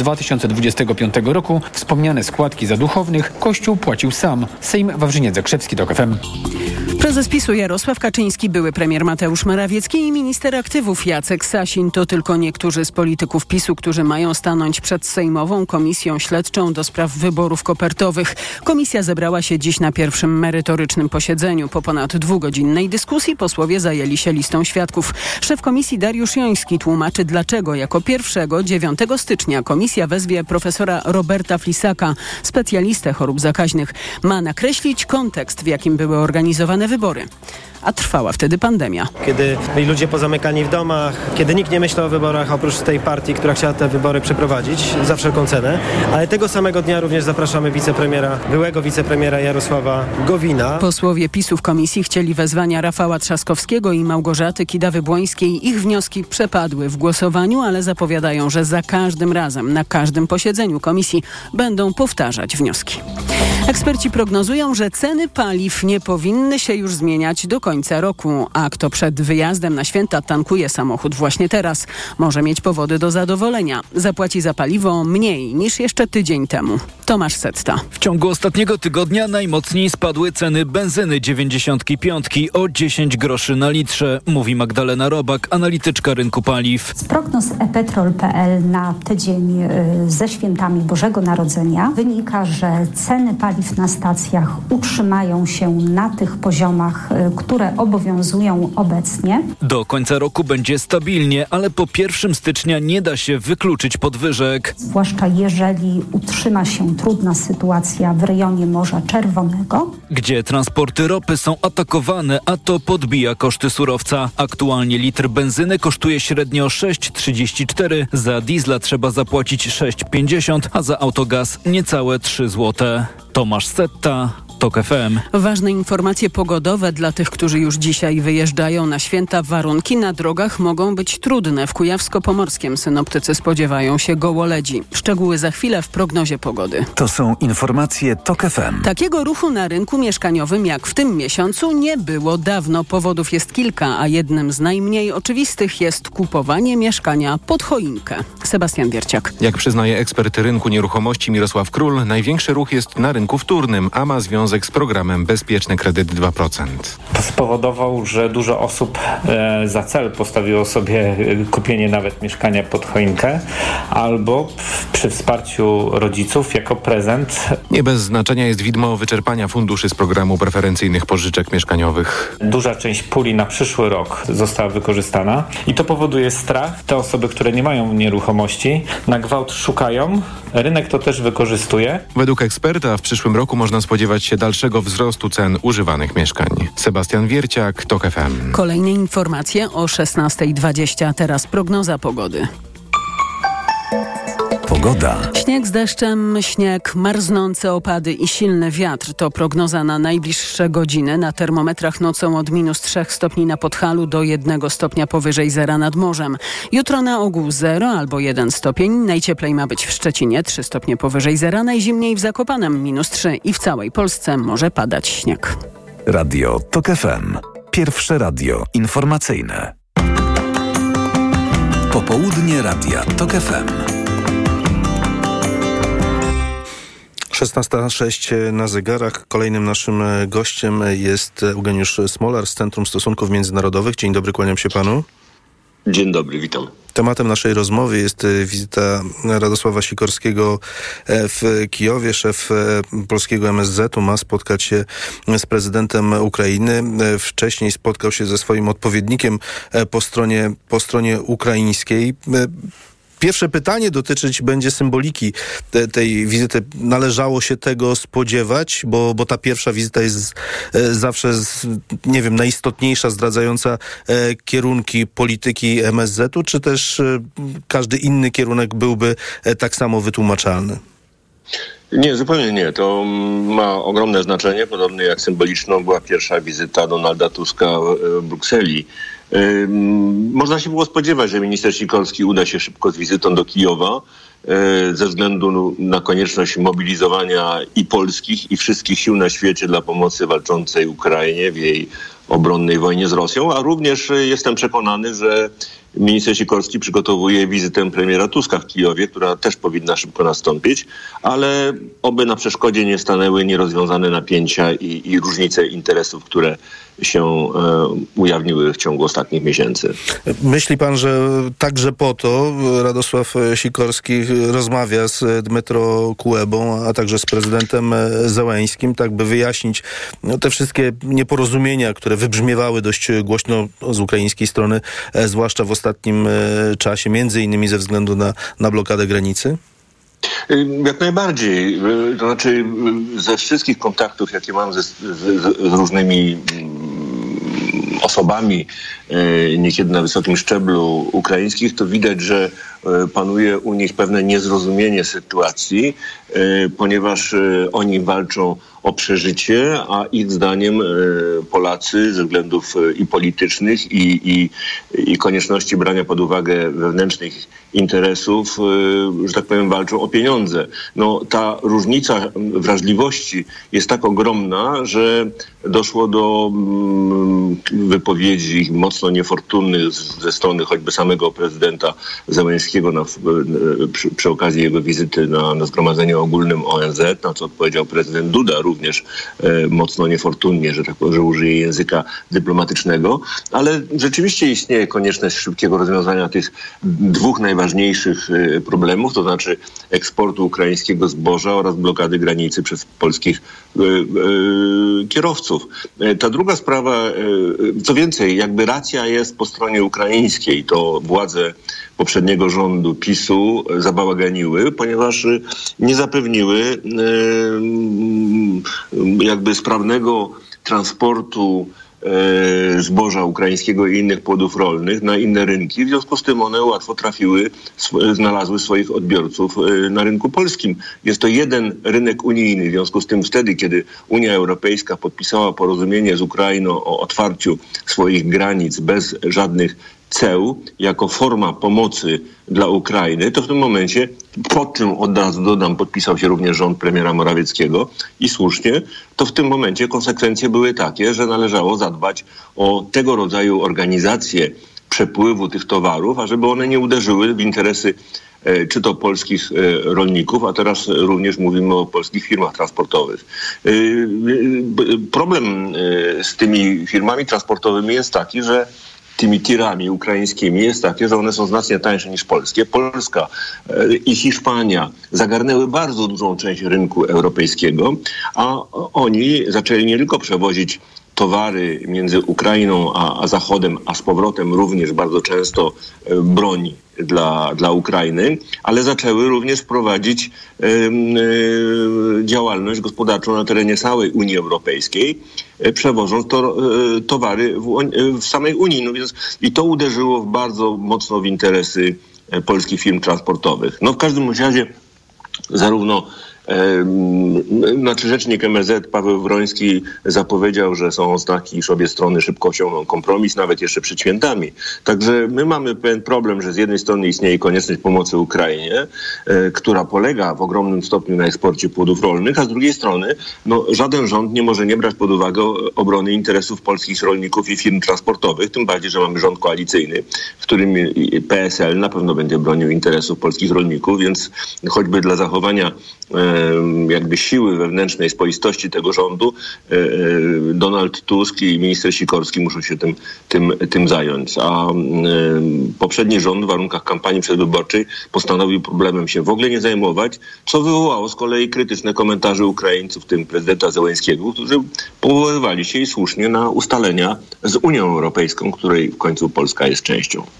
2025 roku wspomniane składki za duchownych Kościół płacił sam. Sejm Wawrzyniec-Zakrzewski, TOK FM. Prezes PiS-u Jarosław Kaczyński, były premier Mateusz Morawiecki i minister aktywów Jacek Sasin to tylko niektórzy z polityków PiS-u, którzy mają stanąć przed Sejmową Komisją Śledczą do spraw wyborów kopertowych. Komisja zebrała się dziś na pierwszym merytorycznym posiedzeniu. Po ponad 2-godzinnej dyskusji posłowie zajęli się listą świadków. Szef komisji Dariusz Joński tłumaczy, dlaczego jako pierwszego 9 stycznia komisja wezwie profesora Roberta Flisaka, specjalistę chorób zakaźnych. Ma nakreślić kontekst, w jakim były organizowane wybory. A trwała wtedy pandemia. Kiedy byli ludzie pozamykani w domach, kiedy nikt nie myślał o wyborach oprócz tej partii, która chciała te wybory przeprowadzić za wszelką cenę, ale tego samego dnia również zapraszamy byłego wicepremiera Jarosława Gowina. Posłowie PiS-u w komisji chcieli wezwania Rafała Trzaskowskiego i Małgorzaty Kidawy-Błońskiej. Ich wnioski przepadły w głosowaniu, ale zapowiadają, że za każdym razem, na każdym posiedzeniu komisji będą powtarzać wnioski. Eksperci prognozują, że ceny paliw nie powinny się już zmieniać do końca roku, a kto przed wyjazdem na święta tankuje samochód właśnie teraz, może mieć powody do zadowolenia. Zapłaci za paliwo mniej niż jeszcze tydzień temu. Tomasz Setta. W ciągu ostatniego tygodnia najmocniej spadły ceny benzyny 95 o 10 groszy na litrze, mówi Magdalena Robak, analityczka rynku paliw. Z prognoz ePetrol.pl na tydzień ze świętami Bożego Narodzenia wynika, że ceny paliw na stacjach utrzymają się na tych poziomach, które obowiązują obecnie. Do końca roku będzie stabilnie, ale po 1 stycznia nie da się wykluczyć podwyżek. Zwłaszcza jeżeli utrzyma się trudna sytuacja w rejonie Morza Czerwonego, gdzie transporty ropy są atakowane, a to podbija koszty surowca. Aktualnie litr benzyny kosztuje średnio 6,34, za diesla trzeba zapłacić 6,50, a za autogaz niecałe 3 zł. Tomasz Setta, TOK FM. Ważne informacje pogodowe dla tych, którzy już dzisiaj wyjeżdżają na święta. Warunki na drogach mogą być trudne. W Kujawsko-Pomorskiem synoptycy spodziewają się gołoledzi. Szczegóły za chwilę w prognozie pogody. To są informacje TOK FM. Takiego ruchu na rynku mieszkaniowym jak w tym miesiącu nie było dawno. Powodów jest kilka, a jednym z najmniej oczywistych jest kupowanie mieszkania pod choinkę. Sebastian Wierciak. Jak przyznaje ekspert rynku nieruchomości Mirosław Król, największy ruch jest na rynku wtórnym, a ma związek z programem Bezpieczny Kredyt 2%. To spowodował, że dużo osób za cel postawiło sobie kupienie nawet mieszkania pod choinkę albo przy wsparciu rodziców jako prezent. Nie bez znaczenia jest widmo wyczerpania funduszy z programu preferencyjnych pożyczek mieszkaniowych. Duża część puli na przyszły rok została wykorzystana i to powoduje strach. Te osoby, które nie mają nieruchomości, na gwałt szukają. Rynek to też wykorzystuje. Według eksperta w przyszłym roku można spodziewać się dalszego wzrostu cen używanych mieszkań. Sebastian Wierciak, TOK FM. Kolejne informacje o 16:20. Teraz prognoza pogody. Pogoda. Śnieg z deszczem, śnieg, marznące opady i silny wiatr to prognoza na najbliższe godziny. Na termometrach nocą od -3 stopni na Podhalu do 1 stopnia powyżej zera nad morzem. Jutro na ogół 0 albo 1 stopień. Najcieplej ma być w Szczecinie, 3 stopnie powyżej zera. Najzimniej w Zakopanem, -3 i w całej Polsce może padać śnieg. Radio TOK FM. Pierwsze radio informacyjne. Popołudnie Radia TOK FM. 16:06 na zegarach. Kolejnym naszym gościem jest Eugeniusz Smolar z Centrum Stosunków Międzynarodowych. Dzień dobry, kłaniam się panu. Dzień dobry, witam. Tematem naszej rozmowy jest wizyta Radosława Sikorskiego w Kijowie. Szef polskiego MSZ-u ma spotkać się z prezydentem Ukrainy. Wcześniej spotkał się ze swoim odpowiednikiem po stronie ukraińskiej. Pierwsze pytanie dotyczyć będzie symboliki tej wizyty. Należało się tego spodziewać, bo ta pierwsza wizyta jest zawsze, nie wiem, najistotniejsza, zdradzająca kierunki polityki MSZ-u, czy też każdy inny kierunek byłby tak samo wytłumaczalny? Nie, zupełnie nie. To ma ogromne znaczenie, podobnie jak symboliczną była pierwsza wizyta Donalda Tuska w Brukseli. Można się było spodziewać, że minister Sikorski uda się szybko z wizytą do Kijowa ze względu na konieczność mobilizowania i polskich, i wszystkich sił na świecie dla pomocy walczącej Ukrainie w jej obronnej wojnie z Rosją, a również jestem przekonany, że minister Sikorski przygotowuje wizytę premiera Tuska w Kijowie, która też powinna szybko nastąpić, ale oby na przeszkodzie nie stanęły nierozwiązane napięcia i różnice interesów, które się ujawniły w ciągu ostatnich miesięcy. Myśli pan, że także po to Radosław Sikorski rozmawia z Dmytro Kulebą, a także z prezydentem Zełeńskim, tak by wyjaśnić te wszystkie nieporozumienia, które wybrzmiewały dość głośno z ukraińskiej strony, zwłaszcza w ostatnim czasie, między innymi ze względu na blokadę granicy? Jak najbardziej. To znaczy ze wszystkich kontaktów, jakie mam z różnymi osobami, niekiedy na wysokim szczeblu ukraińskich, to widać, że panuje u nich pewne niezrozumienie sytuacji, ponieważ oni walczą o przeżycie, a ich zdaniem Polacy ze względów i politycznych, i konieczności brania pod uwagę wewnętrznych interesów, że tak powiem, walczą o pieniądze. No, ta różnica wrażliwości jest tak ogromna, że doszło do wypowiedzi mocno niefortunnych ze strony choćby samego prezydenta Zełeńskiego przy okazji jego wizyty na Zgromadzeniu Ogólnym ONZ, na co odpowiedział prezydent Duda również mocno niefortunnie, że tak powiem, że użyje języka dyplomatycznego, ale rzeczywiście istnieje konieczność szybkiego rozwiązania tych dwóch najważniejszych problemów, to znaczy eksportu ukraińskiego zboża oraz blokady granicy przez polskich kierowców. Ta druga sprawa, co więcej, jakby racja jest po stronie ukraińskiej, to władze poprzedniego rządu PiS-u zabałaganiły, ponieważ nie zapewniły jakby sprawnego transportu zboża ukraińskiego i innych płodów rolnych na inne rynki. W związku z tym one łatwo znalazły swoich odbiorców na rynku polskim. Jest to jeden rynek unijny. W związku z tym wtedy, kiedy Unia Europejska podpisała porozumienie z Ukrainą o otwarciu swoich granic bez żadnych ceł jako forma pomocy dla Ukrainy, to w tym momencie, po czym od razu dodam, podpisał się również rząd premiera Morawieckiego i słusznie, to w tym momencie konsekwencje były takie, że należało zadbać o tego rodzaju organizację przepływu tych towarów, ażeby one nie uderzyły w interesy czy to polskich rolników, a teraz również mówimy o polskich firmach transportowych. Problem z tymi firmami transportowymi jest taki, że tymi tirami ukraińskimi jest takie, że one są znacznie tańsze niż polskie. Polska i Hiszpania zagarnęły bardzo dużą część rynku europejskiego, a oni zaczęli nie tylko przewozić towary między Ukrainą a Zachodem, a z powrotem również bardzo często broń dla Ukrainy, ale zaczęły również prowadzić działalność gospodarczą na terenie całej Unii Europejskiej, przewożąc towary w samej Unii. No więc, i to uderzyło bardzo mocno w interesy polskich firm transportowych. No w każdym razie zarówno rzecznik MSZ Paweł Wroński zapowiedział, że są oznaki, iż obie strony szybko osiągną kompromis, nawet jeszcze przed świętami. Także my mamy pewien problem, że z jednej strony istnieje konieczność pomocy Ukrainie, która polega w ogromnym stopniu na eksporcie płodów rolnych, a z drugiej strony żaden rząd nie może nie brać pod uwagę obrony interesów polskich rolników i firm transportowych, tym bardziej, że mamy rząd koalicyjny, w którym PSL na pewno będzie bronił interesów polskich rolników, więc choćby dla zachowania jakby siły wewnętrznej spoistości tego rządu Donald Tusk i minister Sikorski muszą się tym zająć. A poprzedni rząd w warunkach kampanii przedwyborczej postanowił problemem się w ogóle nie zajmować, co wywołało z kolei krytyczne komentarze Ukraińców, w tym prezydenta Zełeńskiego, którzy powoływali się i słusznie na ustalenia z Unią Europejską, której w końcu Polska jest częścią.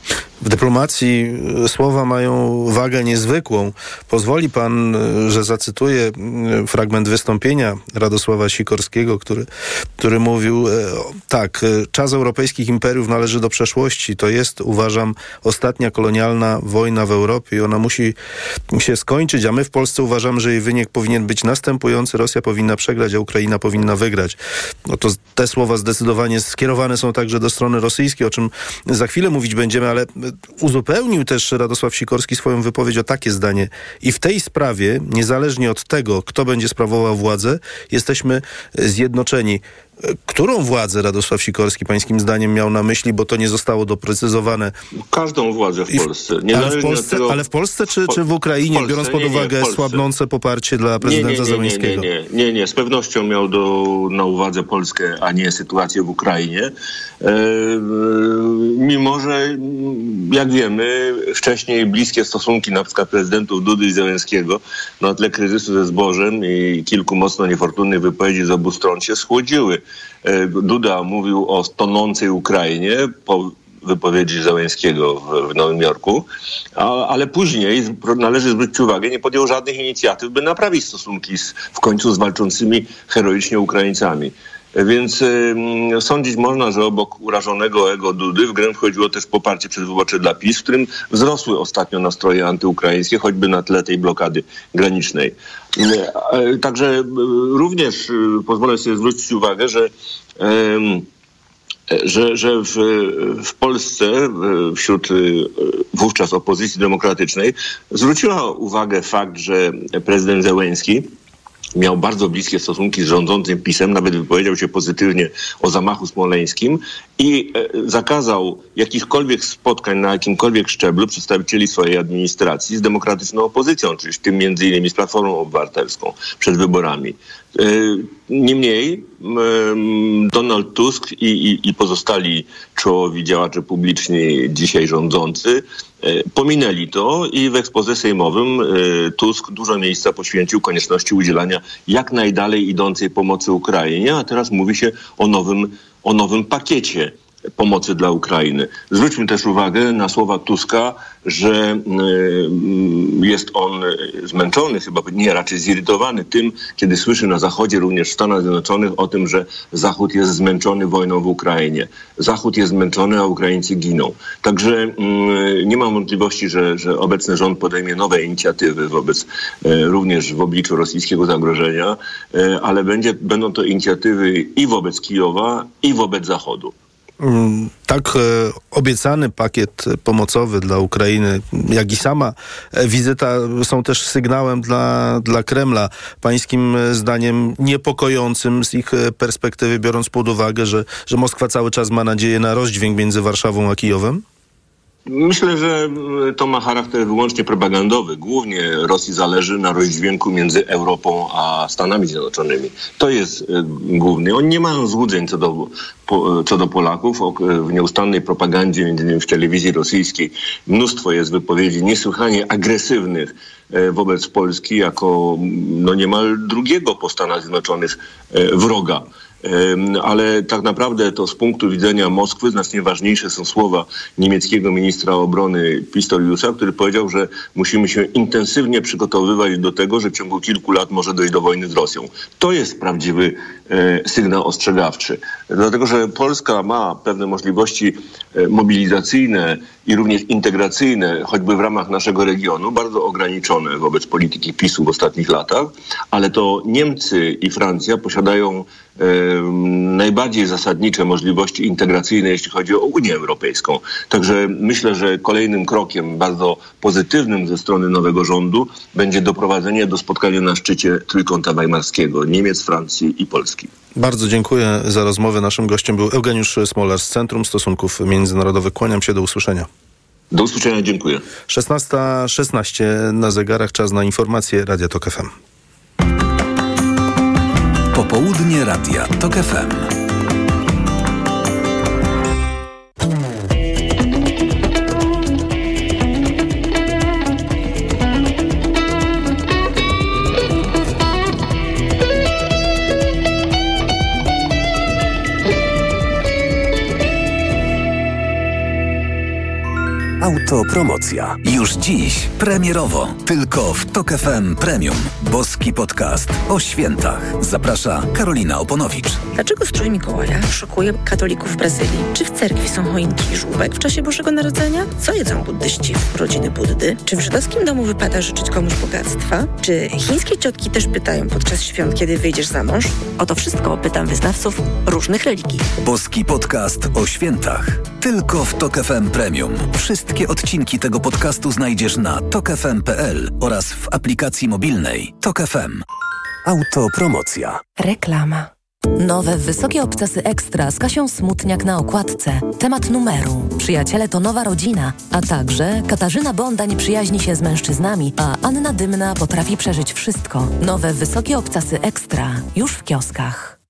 W dyplomacji słowa mają wagę niezwykłą. Pozwoli pan, że zacytuję fragment wystąpienia Radosława Sikorskiego, który mówił tak: czas europejskich imperiów należy do przeszłości. To jest, uważam, ostatnia kolonialna wojna w Europie i ona musi się skończyć, a my w Polsce uważamy, że jej wynik powinien być następujący. Rosja powinna przegrać, a Ukraina powinna wygrać. No to te słowa zdecydowanie skierowane są także do strony rosyjskiej, o czym za chwilę mówić będziemy, ale uzupełnił też Radosław Sikorski swoją wypowiedź o takie zdanie: i w tej sprawie, niezależnie od tego, kto będzie sprawował władzę, jesteśmy zjednoczeni. Którą władzę Radosław Sikorski pańskim zdaniem miał na myśli, bo to nie zostało doprecyzowane? Każdą władzę w Polsce. Ale w Polsce czy w Ukrainie, Polsce, biorąc pod uwagę słabnące poparcie dla prezydenta Zełenskiego? Nie. Z pewnością miał na uwadze Polskę, a nie sytuację w Ukrainie. Mimo że, jak wiemy, wcześniej bliskie stosunki na przykład prezydentów Dudy i Zełenskiego na tle kryzysu ze zbożem i kilku mocno niefortunnych wypowiedzi z obu stron się schłodziły. Duda mówił o tonącej Ukrainie po wypowiedzi Zełenskiego w Nowym Jorku, ale później, należy zwrócić uwagę, nie podjął żadnych inicjatyw, by naprawić stosunki w końcu z walczącymi heroicznie Ukraińcami. Więc sądzić można, że obok urażonego ego Dudy w grę wchodziło też poparcie przedwyborcze dla PiS, w którym wzrosły ostatnio nastroje antyukraińskie, choćby na tle tej blokady granicznej. Także również pozwolę sobie zwrócić uwagę, że w Polsce wśród wówczas opozycji demokratycznej zwróciła uwagę fakt, że prezydent Zełenski miał bardzo bliskie stosunki z rządzącym PiS-em, nawet wypowiedział się pozytywnie o zamachu smoleńskim i zakazał jakichkolwiek spotkań na jakimkolwiek szczeblu przedstawicieli swojej administracji z demokratyczną opozycją, czyli w tym między innymi z Platformą Obywatelską przed wyborami. Niemniej Donald Tusk i pozostali czołowi działacze publiczni dzisiaj rządzący pominęli to i w exposé sejmowym Tusk dużo miejsca poświęcił konieczności udzielania jak najdalej idącej pomocy Ukrainie, a teraz mówi się o nowym pakiecie pomocy dla Ukrainy. Zwróćmy też uwagę na słowa Tuska, że jest on zmęczony, chyba nie, raczej zirytowany tym, kiedy słyszy na Zachodzie, również w Stanach Zjednoczonych, o tym, że Zachód jest zmęczony wojną w Ukrainie. Zachód jest zmęczony, a Ukraińcy giną. Także nie mam wątpliwości, że obecny rząd podejmie nowe inicjatywy również w obliczu rosyjskiego zagrożenia, ale będą to inicjatywy i wobec Kijowa, i wobec Zachodu. Tak obiecany pakiet pomocowy dla Ukrainy, jak i sama wizyta są też sygnałem dla Kremla. Pańskim zdaniem niepokojącym z ich perspektywy, biorąc pod uwagę, że Moskwa cały czas ma nadzieję na rozdźwięk między Warszawą a Kijowem? Myślę, że to ma charakter wyłącznie propagandowy. Głównie Rosji zależy na rozdźwięku między Europą a Stanami Zjednoczonymi. To jest główny. Oni nie mają złudzeń co do Polaków. W nieustannej propagandzie, między innymi w telewizji rosyjskiej, mnóstwo jest wypowiedzi niesłychanie agresywnych wobec Polski jako niemal drugiego po Stanach Zjednoczonych wroga. Ale tak naprawdę to z punktu widzenia Moskwy znacznie ważniejsze są słowa niemieckiego ministra obrony Pistoriusa, który powiedział, że musimy się intensywnie przygotowywać do tego, że w ciągu kilku lat może dojść do wojny z Rosją. To jest prawdziwy sygnał ostrzegawczy. Dlatego, że Polska ma pewne możliwości mobilizacyjne i również integracyjne, choćby w ramach naszego regionu, bardzo ograniczone wobec polityki PiS-u w ostatnich latach, ale to Niemcy i Francja posiadają najbardziej zasadnicze możliwości integracyjne, jeśli chodzi o Unię Europejską. Także myślę, że kolejnym krokiem bardzo pozytywnym ze strony nowego rządu będzie doprowadzenie do spotkania na szczycie Trójkąta Weimarskiego, Niemiec, Francji i Polski. Bardzo dziękuję za rozmowę. Naszym gościem był Eugeniusz Smolarz z Centrum Stosunków Międzynarodowych. Kłaniam się, do usłyszenia. Do usłyszenia, dziękuję. 16:16 na zegarach, czas na informacje Radia TOK FM. Popołudnie Radia TOK FM. Autopromocja. Już dziś premierowo. Tylko w TOK FM Premium. Boski podcast o świętach. Zaprasza Karolina Oponowicz. Dlaczego strój Mikołaja szokuje katolików w Brazylii? Czy w cerkwi są choinki i żłóbek w czasie Bożego Narodzenia? Co jedzą buddyści w rodziny Buddy? Czy w żydowskim domu wypada życzyć komuś bogactwa? Czy chińskie ciotki też pytają podczas świąt, kiedy wyjdziesz za mąż? O to wszystko pytam wyznawców różnych religii. Boski podcast o świętach. Tylko w TOK FM Premium. Wszystkie odcinki tego podcastu znajdziesz na tokfm.pl oraz w aplikacji mobilnej TOK FM. Autopromocja. Reklama. Nowe wysokie obcasy Ekstra z Kasią Smutniak na okładce. Temat numeru. Przyjaciele to nowa rodzina. A także Katarzyna Bondań przyjaźni się z mężczyznami, a Anna Dymna potrafi przeżyć wszystko. Nowe wysokie obcasy Ekstra. Już w kioskach.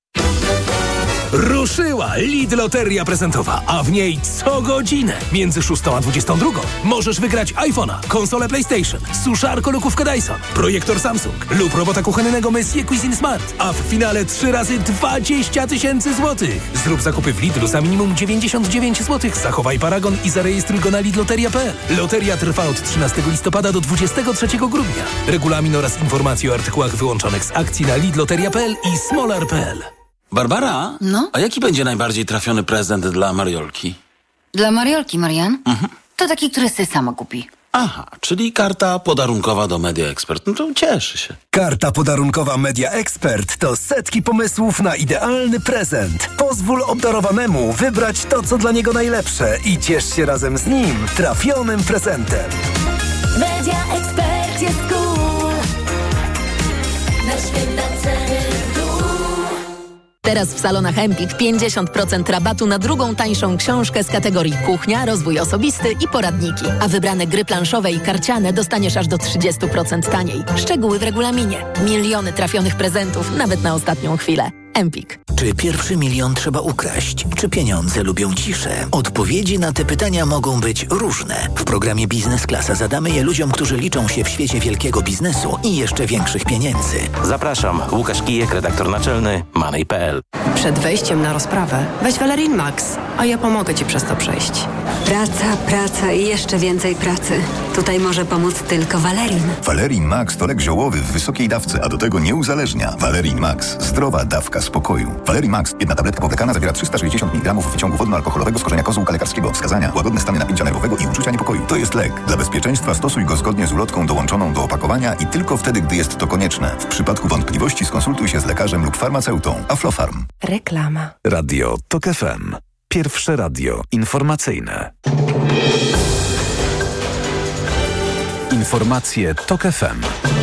Ruszyła Lidl Loteria Prezentowa, a w niej co godzinę między 6 a 22 możesz wygrać iPhone'a, konsolę PlayStation, suszarko lukówkę Dyson, projektor Samsung lub robota kuchennego Messier Cuisine Smart, a w finale 3 razy 20 000 złotych. Zrób zakupy w Lidlu za minimum 99 zł, zachowaj paragon i zarejestruj go na lidloteria.pl. Loteria trwa od 13 listopada do 23 grudnia. Regulamin oraz informacje o artykułach wyłączonych z akcji na lidloteria.pl i smolar.pl. Barbara? No? A jaki będzie najbardziej trafiony prezent dla Mariolki? Dla Mariolki, Marian? To taki, który sobie sama kupi. Aha, czyli karta podarunkowa do Media Expert. No to cieszy się. Karta podarunkowa Media Expert to setki pomysłów na idealny prezent. Pozwól obdarowanemu wybrać to, co dla niego najlepsze i ciesz się razem z nim trafionym prezentem. Media Expert jest cool. Na święta ceny w dół. Teraz w salonach Empik 50% rabatu na drugą tańszą książkę z kategorii kuchnia, rozwój osobisty i poradniki. A wybrane gry planszowe i karciane dostaniesz aż do 30% taniej. Szczegóły w regulaminie. Miliony trafionych prezentów, nawet na ostatnią chwilę. Empik. Czy pierwszy milion trzeba ukraść? Czy pieniądze lubią ciszę? Odpowiedzi na te pytania mogą być różne. W programie Biznes Klasa zadamy je ludziom, którzy liczą się w świecie wielkiego biznesu i jeszcze większych pieniędzy. Zapraszam, Łukasz Kijek, redaktor naczelny Money.pl. Przed wejściem na rozprawę weź Valerin Max, a ja pomogę Ci przez to przejść. Praca i jeszcze więcej pracy. Tutaj może pomóc tylko Valerin. Valerin Max to lek ziołowy w wysokiej dawce, a do tego nie uzależnia. Valerin Max. Zdrowa dawka spokoju. Valerin Max. Jedna tabletka powlekana zawiera 360 mg wyciągu wodno-alkoholowego z korzenia kozłka lekarskiego. Wskazania: łagodne stany napięcia nerwowego i uczucia niepokoju. To jest lek. Dla bezpieczeństwa stosuj go zgodnie z ulotką dołączoną do opakowania i tylko wtedy, gdy jest to konieczne. W przypadku wątpliwości skonsultuj się z lekarzem lub farmaceutą. Aflofarm. Reklama. Radio TOK FM. Pierwsze radio informacyjne. Informacje TOK FM.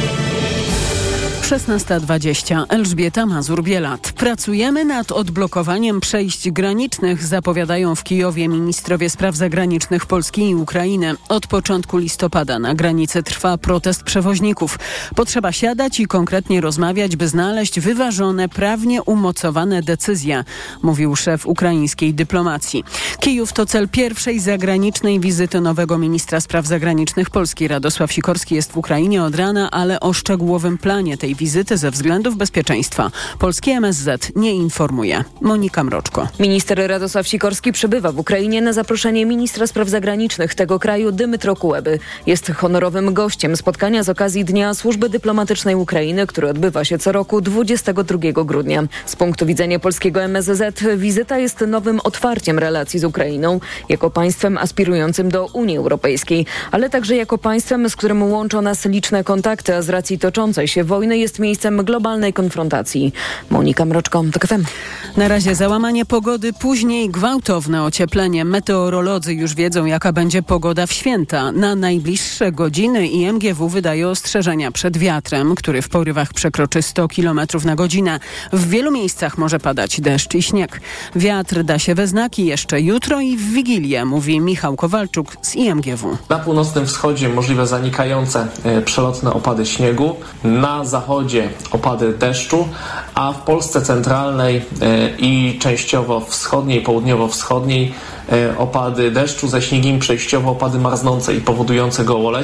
16:20. Elżbieta Mazur-Bielat. Pracujemy nad odblokowaniem przejść granicznych, zapowiadają w Kijowie ministrowie spraw zagranicznych Polski i Ukrainy. Od początku listopada na granicy trwa protest przewoźników. Potrzeba siadać i konkretnie rozmawiać, by znaleźć wyważone, prawnie umocowane decyzje, mówił szef ukraińskiej dyplomacji. Kijów to cel pierwszej zagranicznej wizyty nowego ministra spraw zagranicznych Polski. Radosław Sikorski jest w Ukrainie od rana, ale o szczegółowym planie tej wizyty ze względów bezpieczeństwa polski MSZ nie informuje. Monika Mroczko. Minister Radosław Sikorski przybywa w Ukrainie na zaproszenie ministra spraw zagranicznych tego kraju Dymytro Kuleby. Jest honorowym gościem spotkania z okazji Dnia Służby Dyplomatycznej Ukrainy, który odbywa się co roku 22 grudnia. Z punktu widzenia polskiego MSZ wizyta jest nowym otwarciem relacji z Ukrainą jako państwem aspirującym do Unii Europejskiej, ale także jako państwem, z którym łączą nas liczne kontakty, a z racji toczącej się wojny jest miejscem globalnej konfrontacji. Monika Mroczko, TOK FM. Na razie załamanie pogody, później gwałtowne ocieplenie. Meteorolodzy już wiedzą, jaka będzie pogoda w święta. Na najbliższe godziny IMGW wydaje ostrzeżenia przed wiatrem, który w porywach przekroczy 100 km na godzinę. W wielu miejscach może padać deszcz i śnieg. Wiatr da się we znaki jeszcze jutro i w Wigilię, mówi Michał Kowalczuk z IMGW. Na północnym wschodzie możliwe zanikające przelotne opady śniegu. Na zachodzie opady deszczu, a w Polsce centralnej i częściowo wschodniej, południowo-wschodniej opady deszczu ze śniegiem, przejściowo opady marznące i powodujące gołoleć.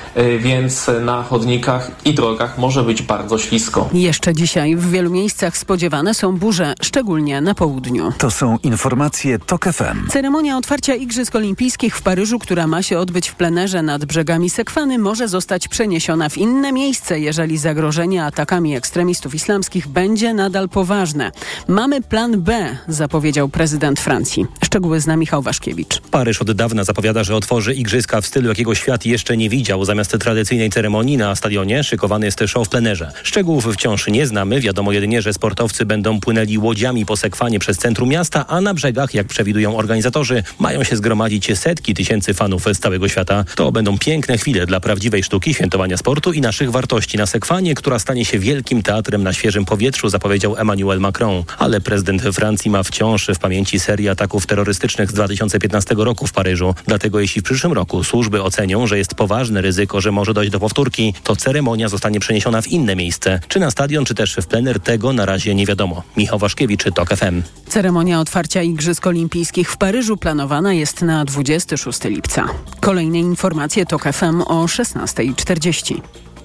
więc na chodnikach i drogach może być bardzo ślisko. Jeszcze dzisiaj w wielu miejscach spodziewane są burze, szczególnie na południu. To są informacje TOK FM. Ceremonia otwarcia Igrzysk Olimpijskich w Paryżu, która ma się odbyć w plenerze nad brzegami Sekwany, może zostać przeniesiona w inne miejsce, jeżeli zagrożenie atakami ekstremistów islamskich będzie nadal poważne. Mamy plan B, zapowiedział prezydent Francji. Szczegóły zna Michał Waszkiewicz. Paryż od dawna zapowiada, że otworzy igrzyska w stylu, jakiego świat jeszcze nie widział. Zamiast tradycyjnej ceremonii na stadionie szykowany jest show w plenerze. Szczegółów wciąż nie znamy. Wiadomo jedynie, że sportowcy będą płynęli łodziami po Sekwanie przez centrum miasta, a na brzegach, jak przewidują organizatorzy, mają się zgromadzić setki tysięcy fanów z całego świata. To będą piękne chwile dla prawdziwej sztuki, świętowania sportu i naszych wartości na Sekwanie, która stanie się wielkim teatrem na świeżym powietrzu, zapowiedział Emmanuel Macron. Ale prezydent Francji ma wciąż w pamięci serię ataków terrorystycznych z 2015 roku w Paryżu. Dlatego jeśli w przyszłym roku służby ocenią, że jest poważne ryzyko, że może dojść do powtórki, to ceremonia zostanie przeniesiona w inne miejsce. Czy na stadion, czy też w plener, tego na razie nie wiadomo. Michał Waszkiewicz, TOK FM. Ceremonia otwarcia Igrzysk Olimpijskich w Paryżu planowana jest na 26 lipca. Kolejne informacje TOK FM o 16:40.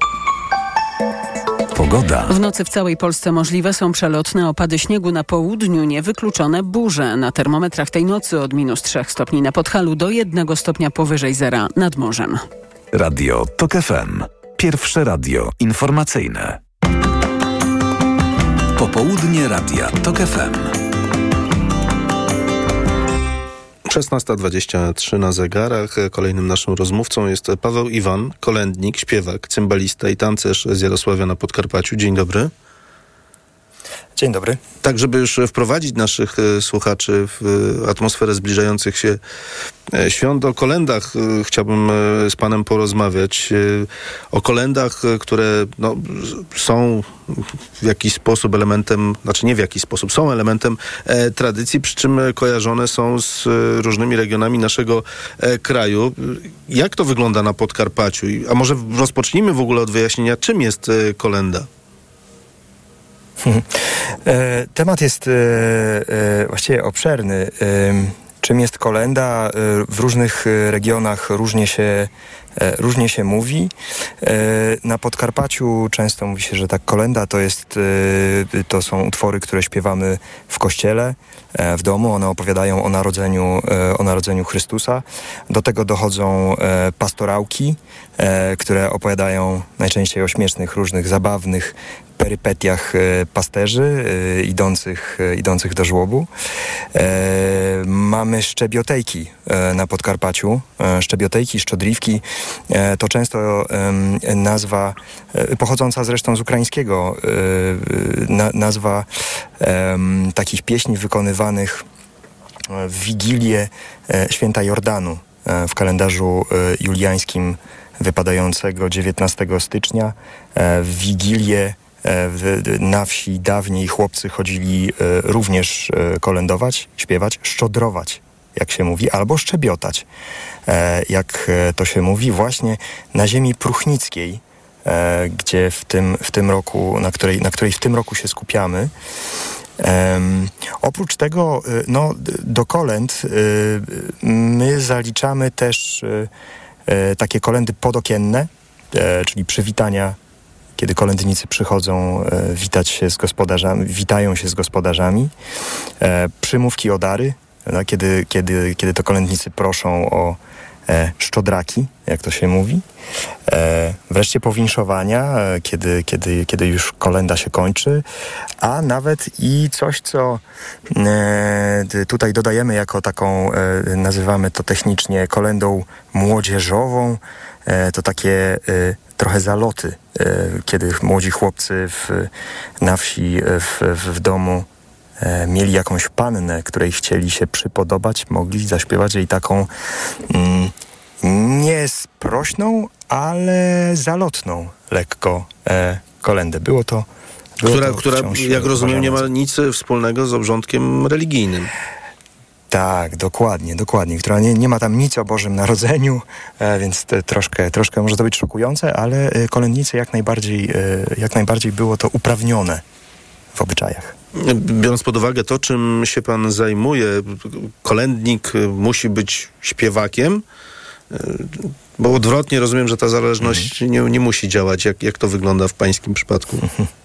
Pogoda. W nocy w całej Polsce możliwe są przelotne opady śniegu, na południu niewykluczone burze. Na termometrach tej nocy od -3 stopni na Podhalu do 1 stopnia powyżej zera nad morzem. Radio TOK FM. Pierwsze radio informacyjne. Popołudnie Radia TOK FM. 16:23 na zegarach. Kolejnym naszym rozmówcą jest Paweł Iwan, kolędnik, śpiewak, cymbalista i tancerz z Jarosławia na Podkarpaciu. Dzień dobry. Dzień dobry. Tak, żeby już wprowadzić naszych słuchaczy w atmosferę zbliżających się świąt, o kolędach chciałbym z panem porozmawiać. O kolędach, które są w jakiś sposób elementem, znaczy nie w jakiś sposób, są elementem tradycji, przy czym kojarzone są z różnymi regionami naszego kraju. Jak to wygląda na Podkarpaciu? A może rozpocznijmy w ogóle od wyjaśnienia, czym jest kolęda? Temat jest właściwie obszerny. Czym jest kolęda? W różnych regionach różnie się mówi. Na Podkarpaciu często mówi się, że tak kolęda to są utwory, które śpiewamy w kościele, w domu. One opowiadają o narodzeniu Chrystusa. Do tego dochodzą pastorałki, które opowiadają najczęściej o śmiesznych, różnych zabawnych perypetiach pasterzy idących do żłobu. Mamy szczebiotejki na Podkarpaciu. Szczebiotejki, szczodriwki to często nazwa pochodząca zresztą z ukraińskiego, nazwa takich pieśni wykonywanych w Wigilię Święta Jordanu w kalendarzu juliańskim wypadającego 19 stycznia. W Wigilię na wsi dawniej chłopcy chodzili również kolędować, śpiewać, szczodrować, jak się mówi, albo szczebiotać, jak to się mówi, właśnie na ziemi pruchnickiej, gdzie w tym roku, na której w tym roku się skupiamy. Oprócz tego, do kolęd my zaliczamy też takie kolędy podokienne, czyli przywitania, kiedy kolędnicy przychodzą witają się z gospodarzami. Przymówki o dary, kiedy to kolędnicy proszą o szczodraki, jak to się mówi. Wreszcie powinszowania, kiedy już kolęda się kończy, a nawet i coś, co tutaj dodajemy jako taką, nazywamy to technicznie kolędą młodzieżową, to takie trochę zaloty, kiedy młodzi chłopcy na wsi, w domu mieli jakąś pannę, której chcieli się przypodobać, mogli zaśpiewać jej taką nie sprośną, ale zalotną lekko kolędę. Która jak rozumiem, nie ma nic wspólnego z obrządkiem religijnym. Tak, dokładnie, która nie ma tam nic o Bożym Narodzeniu, więc troszkę może to być szokujące, ale kolędnicy jak najbardziej było to uprawnione w obyczajach. Biorąc pod uwagę to, czym się pan zajmuje, kolędnik musi być śpiewakiem, Bo odwrotnie rozumiem, że ta zależność nie musi działać. Jak to wygląda w pańskim przypadku?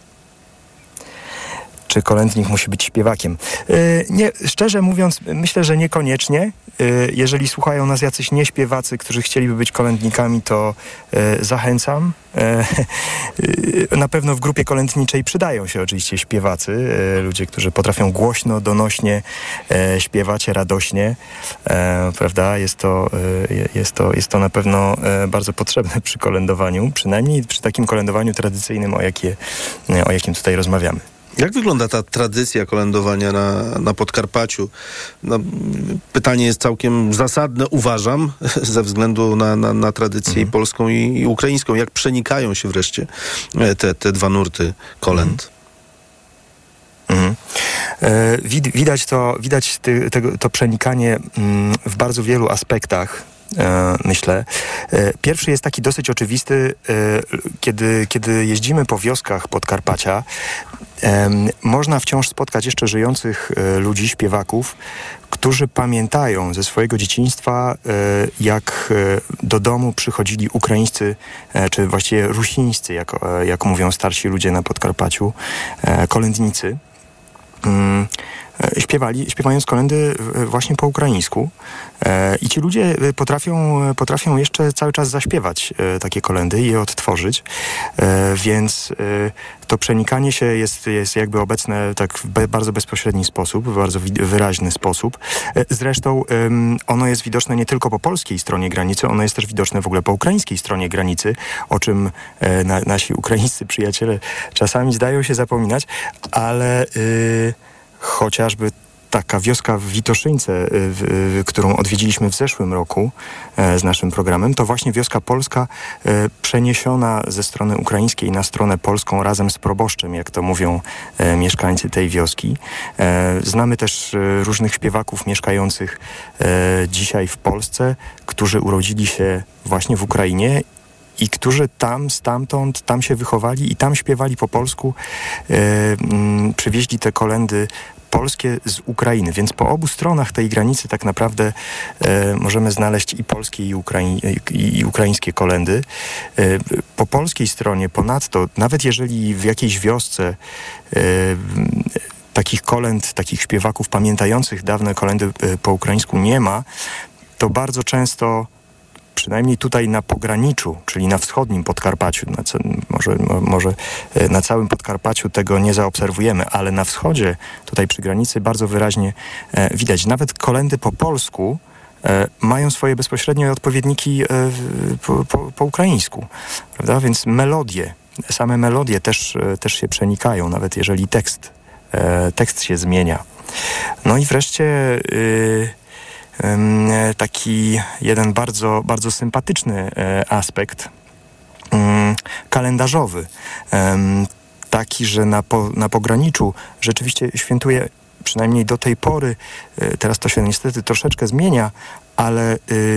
Czy kolędnik musi być śpiewakiem? Nie, szczerze mówiąc, myślę, że niekoniecznie. Jeżeli słuchają nas jacyś nieśpiewacy, którzy chcieliby być kolędnikami, to zachęcam. Na pewno w grupie kolędniczej przydają się oczywiście śpiewacy, ludzie, którzy potrafią głośno, donośnie śpiewać, radośnie, prawda? Jest to na pewno bardzo potrzebne przy kolędowaniu, przynajmniej przy takim kolędowaniu tradycyjnym, o jakim tutaj rozmawiamy. Jak wygląda ta tradycja kolędowania na Podkarpaciu? Pytanie jest całkiem zasadne, uważam, ze względu na tradycję i polską i ukraińską. Jak przenikają się wreszcie te 2 nurty kolęd? Widać to przenikanie w bardzo wielu aspektach. Myślę. Pierwszy jest taki dosyć oczywisty, kiedy jeździmy po wioskach Podkarpacia, można wciąż spotkać jeszcze żyjących ludzi, śpiewaków, którzy pamiętają ze swojego dzieciństwa, jak do domu przychodzili ukraińscy, czy właściwie rusińscy, jak mówią starsi ludzie na Podkarpaciu, kolędnicy. Śpiewając kolędy właśnie po ukraińsku. I ci ludzie potrafią jeszcze cały czas zaśpiewać takie kolędy i je odtworzyć. Więc to przenikanie się jest jakby obecne tak w bardzo bezpośredni sposób, w bardzo wyraźny sposób. Zresztą ono jest widoczne nie tylko po polskiej stronie granicy, ono jest też widoczne w ogóle po ukraińskiej stronie granicy, o czym nasi ukraińscy przyjaciele czasami zdają się zapominać, ale chociażby taka wioska w Witoszyńce, którą odwiedziliśmy w zeszłym roku z naszym programem, to właśnie wioska polska przeniesiona ze strony ukraińskiej na stronę polską razem z proboszczem, jak to mówią mieszkańcy tej wioski. Znamy też różnych śpiewaków mieszkających dzisiaj w Polsce, którzy urodzili się właśnie w Ukrainie i którzy tam się wychowali i tam śpiewali po polsku, przywieźli te kolendy polskie z Ukrainy, więc po obu stronach tej granicy tak naprawdę możemy znaleźć i polskie i ukraińskie kolendy. Po polskiej stronie ponadto, nawet jeżeli w jakiejś wiosce takich kolęd, takich śpiewaków pamiętających dawne kolendy po ukraińsku nie ma, to bardzo często przynajmniej tutaj na pograniczu, czyli na wschodnim Podkarpaciu, może na całym Podkarpaciu tego nie zaobserwujemy, ale na wschodzie, tutaj przy granicy bardzo wyraźnie widać. Nawet kolendy po polsku mają swoje bezpośrednie odpowiedniki po ukraińsku, prawda? Więc same melodie też się przenikają, nawet jeżeli tekst się zmienia. No i wreszcie taki jeden bardzo, bardzo sympatyczny aspekt kalendarzowy. Taki, że na pograniczu rzeczywiście świętuje, przynajmniej do tej pory, teraz to się niestety troszeczkę zmienia, ale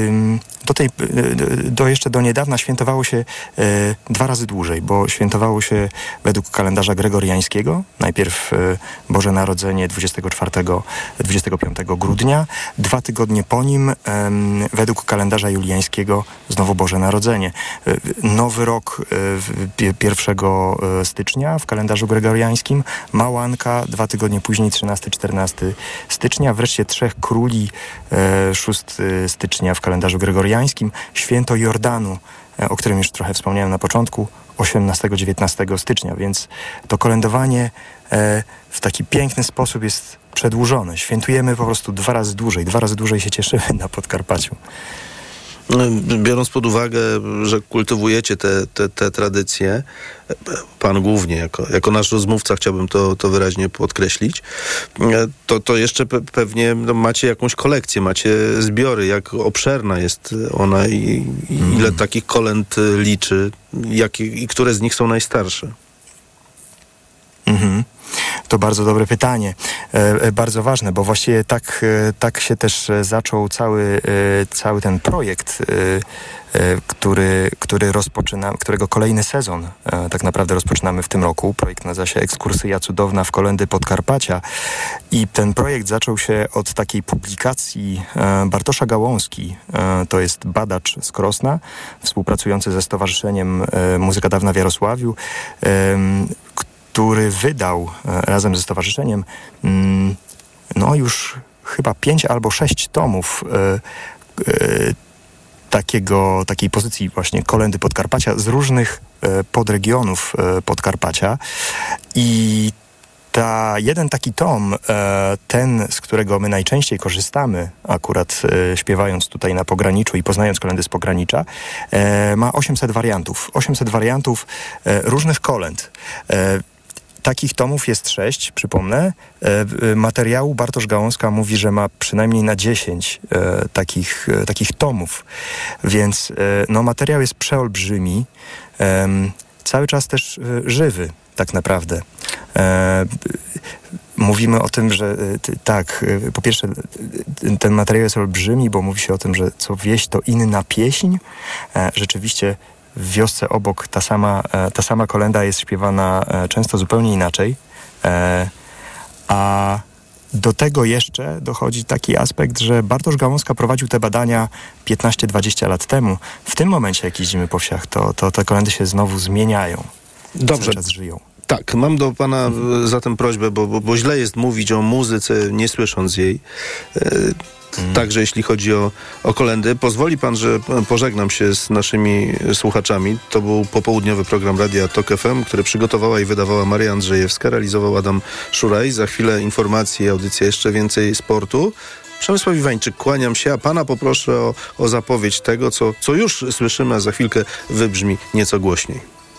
jeszcze do niedawna świętowało się 2 razy dłużej, bo świętowało się według kalendarza gregoriańskiego, najpierw Boże Narodzenie 25 grudnia, 2 tygodnie po nim według kalendarza juliańskiego znowu Boże Narodzenie. Nowy rok 1 stycznia w kalendarzu gregoriańskim, Małanka 2 tygodnie później 13-14 stycznia, wreszcie Trzech Króli 6 stycznia w kalendarzu gregoriańskim, Święto Jordanu, o którym już trochę wspomniałem na początku, 18-19 stycznia, więc to kolędowanie w taki piękny sposób jest przedłużone. Świętujemy po prostu 2 razy dłużej się cieszymy na Podkarpaciu. Biorąc pod uwagę, że kultywujecie te tradycje, pan głównie jako nasz rozmówca, chciałbym to wyraźnie podkreślić, to jeszcze pewnie macie jakąś kolekcję, macie zbiory, jak obszerna jest ona i ile takich kolęd liczy, i które z nich są najstarsze? To bardzo dobre pytanie. Bardzo ważne, bo właściwie tak się też zaczął cały ten projekt, którego kolejny sezon tak naprawdę rozpoczynamy w tym roku. Projekt nazywa się Ekskursja cudowna w Kolendy Podkarpacia i ten projekt zaczął się od takiej publikacji Bartosza Gałązki, to jest badacz z Krosna, współpracujący ze Stowarzyszeniem Muzyka Dawna w Jarosławiu, który wydał razem ze stowarzyszeniem już chyba 5 albo 6 tomów takiej pozycji właśnie Kolendy Podkarpacia z różnych podregionów Podkarpacia i jeden taki tom, ten, z którego my najczęściej korzystamy, akurat śpiewając tutaj na pograniczu i poznając kolendy z pogranicza, ma 800 wariantów. 800 wariantów różnych kolęd. Takich tomów jest 6, przypomnę. Materiału Bartosz Gałązka mówi, że ma przynajmniej na 10 takich tomów. Więc materiał jest przeolbrzymi. Cały czas też żywy, tak naprawdę. Mówimy o tym, że po pierwsze ten materiał jest olbrzymi, bo mówi się o tym, że co wieś to inna pieśń. Rzeczywiście w wiosce obok ta sama kolenda jest śpiewana często zupełnie inaczej. A do tego jeszcze dochodzi taki aspekt, że Bartosz Gałązka prowadził te badania 15-20 lat temu. W tym momencie, jak jeździmy po wsiach, to te kolendy się znowu zmieniają. Dobrze. Cały czas żyją. Tak, mam do pana zatem prośbę, bo źle jest mówić o muzyce, nie słysząc jej. Także jeśli chodzi o kolendy. Pozwoli pan, że pożegnam się z naszymi słuchaczami. To był popołudniowy program Radia Tok FM, który przygotowała i wydawała Maria Andrzejewska, realizował Adam Szuraj. Za chwilę informacje, audycja, jeszcze więcej sportu. Przemysław Iwańczyk, kłaniam się, a pana poproszę o zapowiedź tego, co już słyszymy, a za chwilkę wybrzmi nieco głośniej.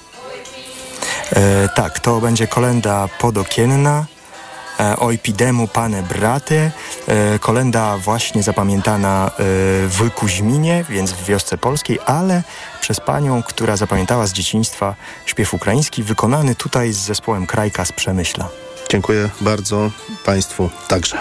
Tak, to będzie kolenda podokienna. Oj pidemu pane brate, kolenda właśnie zapamiętana w Kuźminie, więc w wiosce polskiej, ale przez panią, która zapamiętała z dzieciństwa śpiew ukraiński, wykonany tutaj z zespołem Krajka z Przemyśla. Dziękuję bardzo państwu także.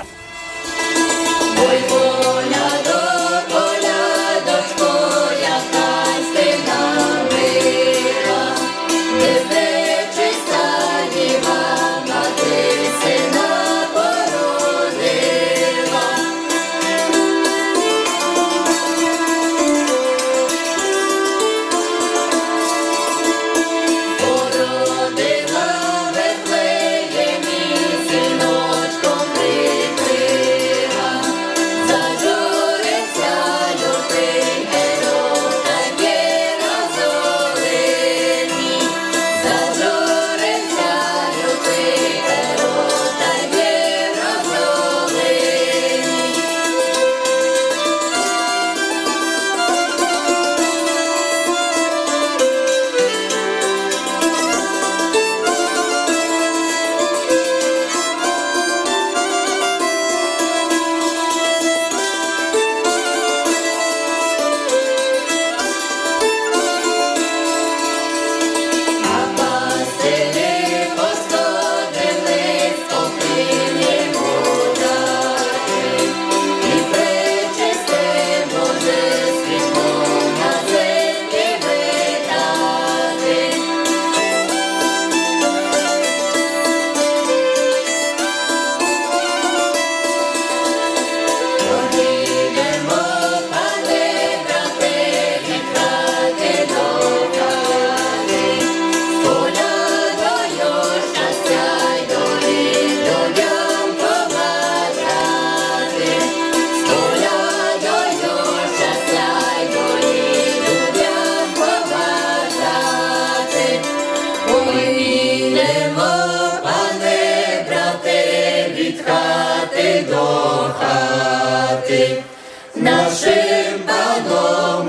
Naszym Panom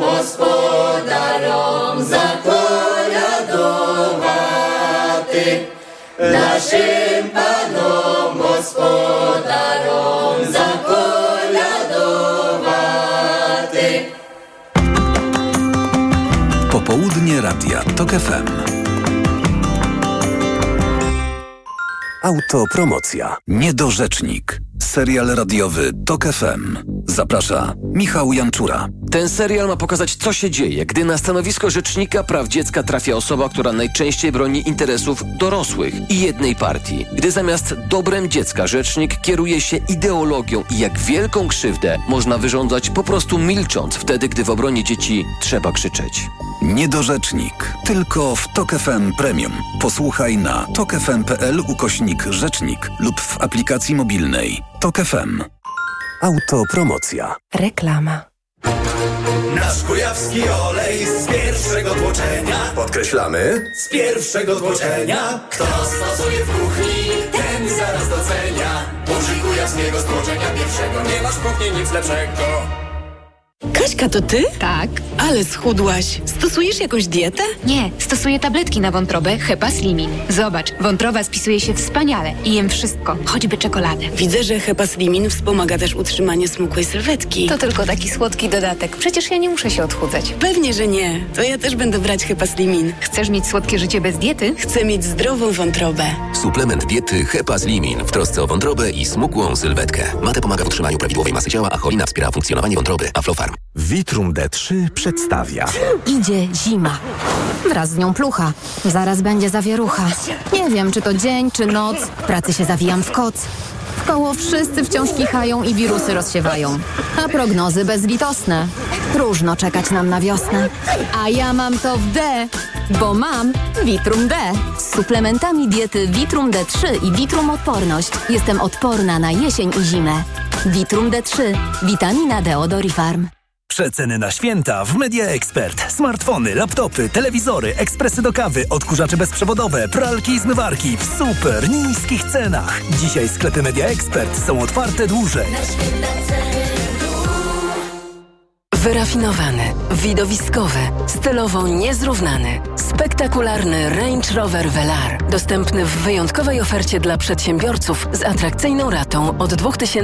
Gospodarom zakoljadowaty, naszym Panom Gospodarom zakoljadowaty. Popołudnie Radia Tok FM. Autopromocja. Niedorzecznik. Serial radiowy TOK FM. Zaprasza Michał Janczura. Ten serial ma pokazać, co się dzieje, gdy na stanowisko rzecznika praw dziecka trafia osoba, która najczęściej broni interesów dorosłych i jednej partii. Gdy zamiast dobrem dziecka rzecznik kieruje się ideologią i jak wielką krzywdę można wyrządzać po prostu milcząc wtedy, gdy w obronie dzieci trzeba krzyczeć. Niedorzecznik. Tylko w TOK FM Premium. Posłuchaj na tokefm.pl/rzecznik lub w aplikacji mobilnej. TOK FM. Autopromocja. Reklama. Nasz kujawski olej z pierwszego tłoczenia. Podkreślamy, z pierwszego tłoczenia. Kto stosuje w kuchni, ten zaraz docenia. Użyj kujawskiego z tłoczenia pierwszego. Nie masz w kuchni nic lepszego. Kaśka, to ty? Tak. Ale schudłaś. Stosujesz jakąś dietę? Nie, stosuję tabletki na wątrobę Hepaslimin. Zobacz, wątroba spisuje się wspaniale i jem wszystko, choćby czekoladę. Widzę, że Hepaslimin wspomaga też utrzymanie smukłej sylwetki. To tylko taki słodki dodatek. Przecież ja nie muszę się odchudzać. Pewnie, że nie. To ja też będę brać Hepaslimin. Chcesz mieć słodkie życie bez diety? Chcę mieć zdrową wątrobę. Suplement diety Hepaslimin w trosce o wątrobę i smukłą sylwetkę. Mate pomaga w utrzymaniu prawidłowej masy ciała, a cholina wspiera funkcjonowanie wątroby. Aflofarm. Vitrum D3 przedstawia. Idzie zima. Wraz z nią plucha. Zaraz będzie zawierucha. Nie wiem, czy to dzień, czy noc. W pracy się zawijam w koc. Wkoło wszyscy wciąż kichają i wirusy rozsiewają. A prognozy bezlitosne. Próżno czekać nam na wiosnę. A ja mam to w D, bo mam Vitrum D. Z suplementami diety Vitrum D3 i Vitrum Odporność jestem odporna na jesień i zimę. Vitrum D3. Witamina D od Orifarm. Przeceny na święta w Media Expert. Smartfony, laptopy, telewizory, ekspresy do kawy, odkurzacze bezprzewodowe, pralki i zmywarki w super niskich cenach. Dzisiaj sklepy Media Expert są otwarte dłużej. Wyrafinowany, widowiskowy, stylowo niezrównany, spektakularny Range Rover Velar. Dostępny w wyjątkowej ofercie dla przedsiębiorców z atrakcyjną ratą od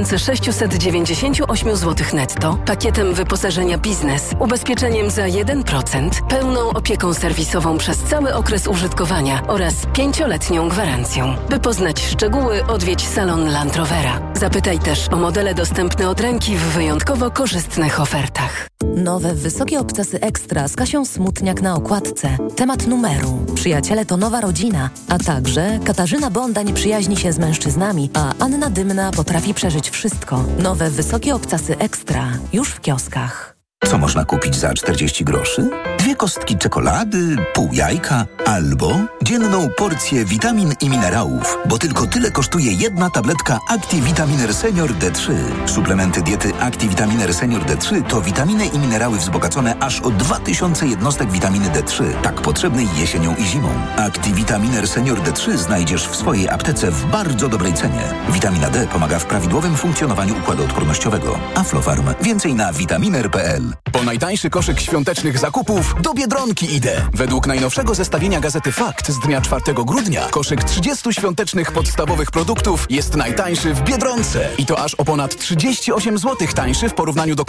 2698 zł netto, pakietem wyposażenia biznes, ubezpieczeniem za 1%, pełną opieką serwisową przez cały okres użytkowania oraz 5-letnią gwarancją. By poznać szczegóły, odwiedź salon Land Rovera. Zapytaj też o modele dostępne od ręki w wyjątkowo korzystnych ofertach. Nowe wysokie obcasy Ekstra z Kasią Smutniak na okładce. Temat numeru. Przyjaciele to nowa rodzina. A także Katarzyna Bondań przyjaźni się z mężczyznami, a Anna Dymna potrafi przeżyć wszystko. Nowe wysokie obcasy Ekstra. Już w kioskach. Co można kupić za 40 groszy? 2 kostki czekolady, pół jajka albo dzienną porcję witamin i minerałów, bo tylko tyle kosztuje jedna tabletka ActiVitaminer Senior D3. Suplementy diety ActiVitaminer Senior D3 to witaminy i minerały wzbogacone aż o 2000 jednostek witaminy D3, tak potrzebnej jesienią i zimą. ActiVitaminer Senior D3 znajdziesz w swojej aptece w bardzo dobrej cenie. Witamina D pomaga w prawidłowym funkcjonowaniu układu odpornościowego. Aflofarm. Więcej na vitaminer.pl. Po najtańszy koszyk świątecznych zakupów do Biedronki idę. Według najnowszego zestawienia gazety Fakt z dnia 4 grudnia koszyk 30 świątecznych podstawowych produktów jest najtańszy w Biedronce. I to aż o ponad 38 zł tańszy w porównaniu do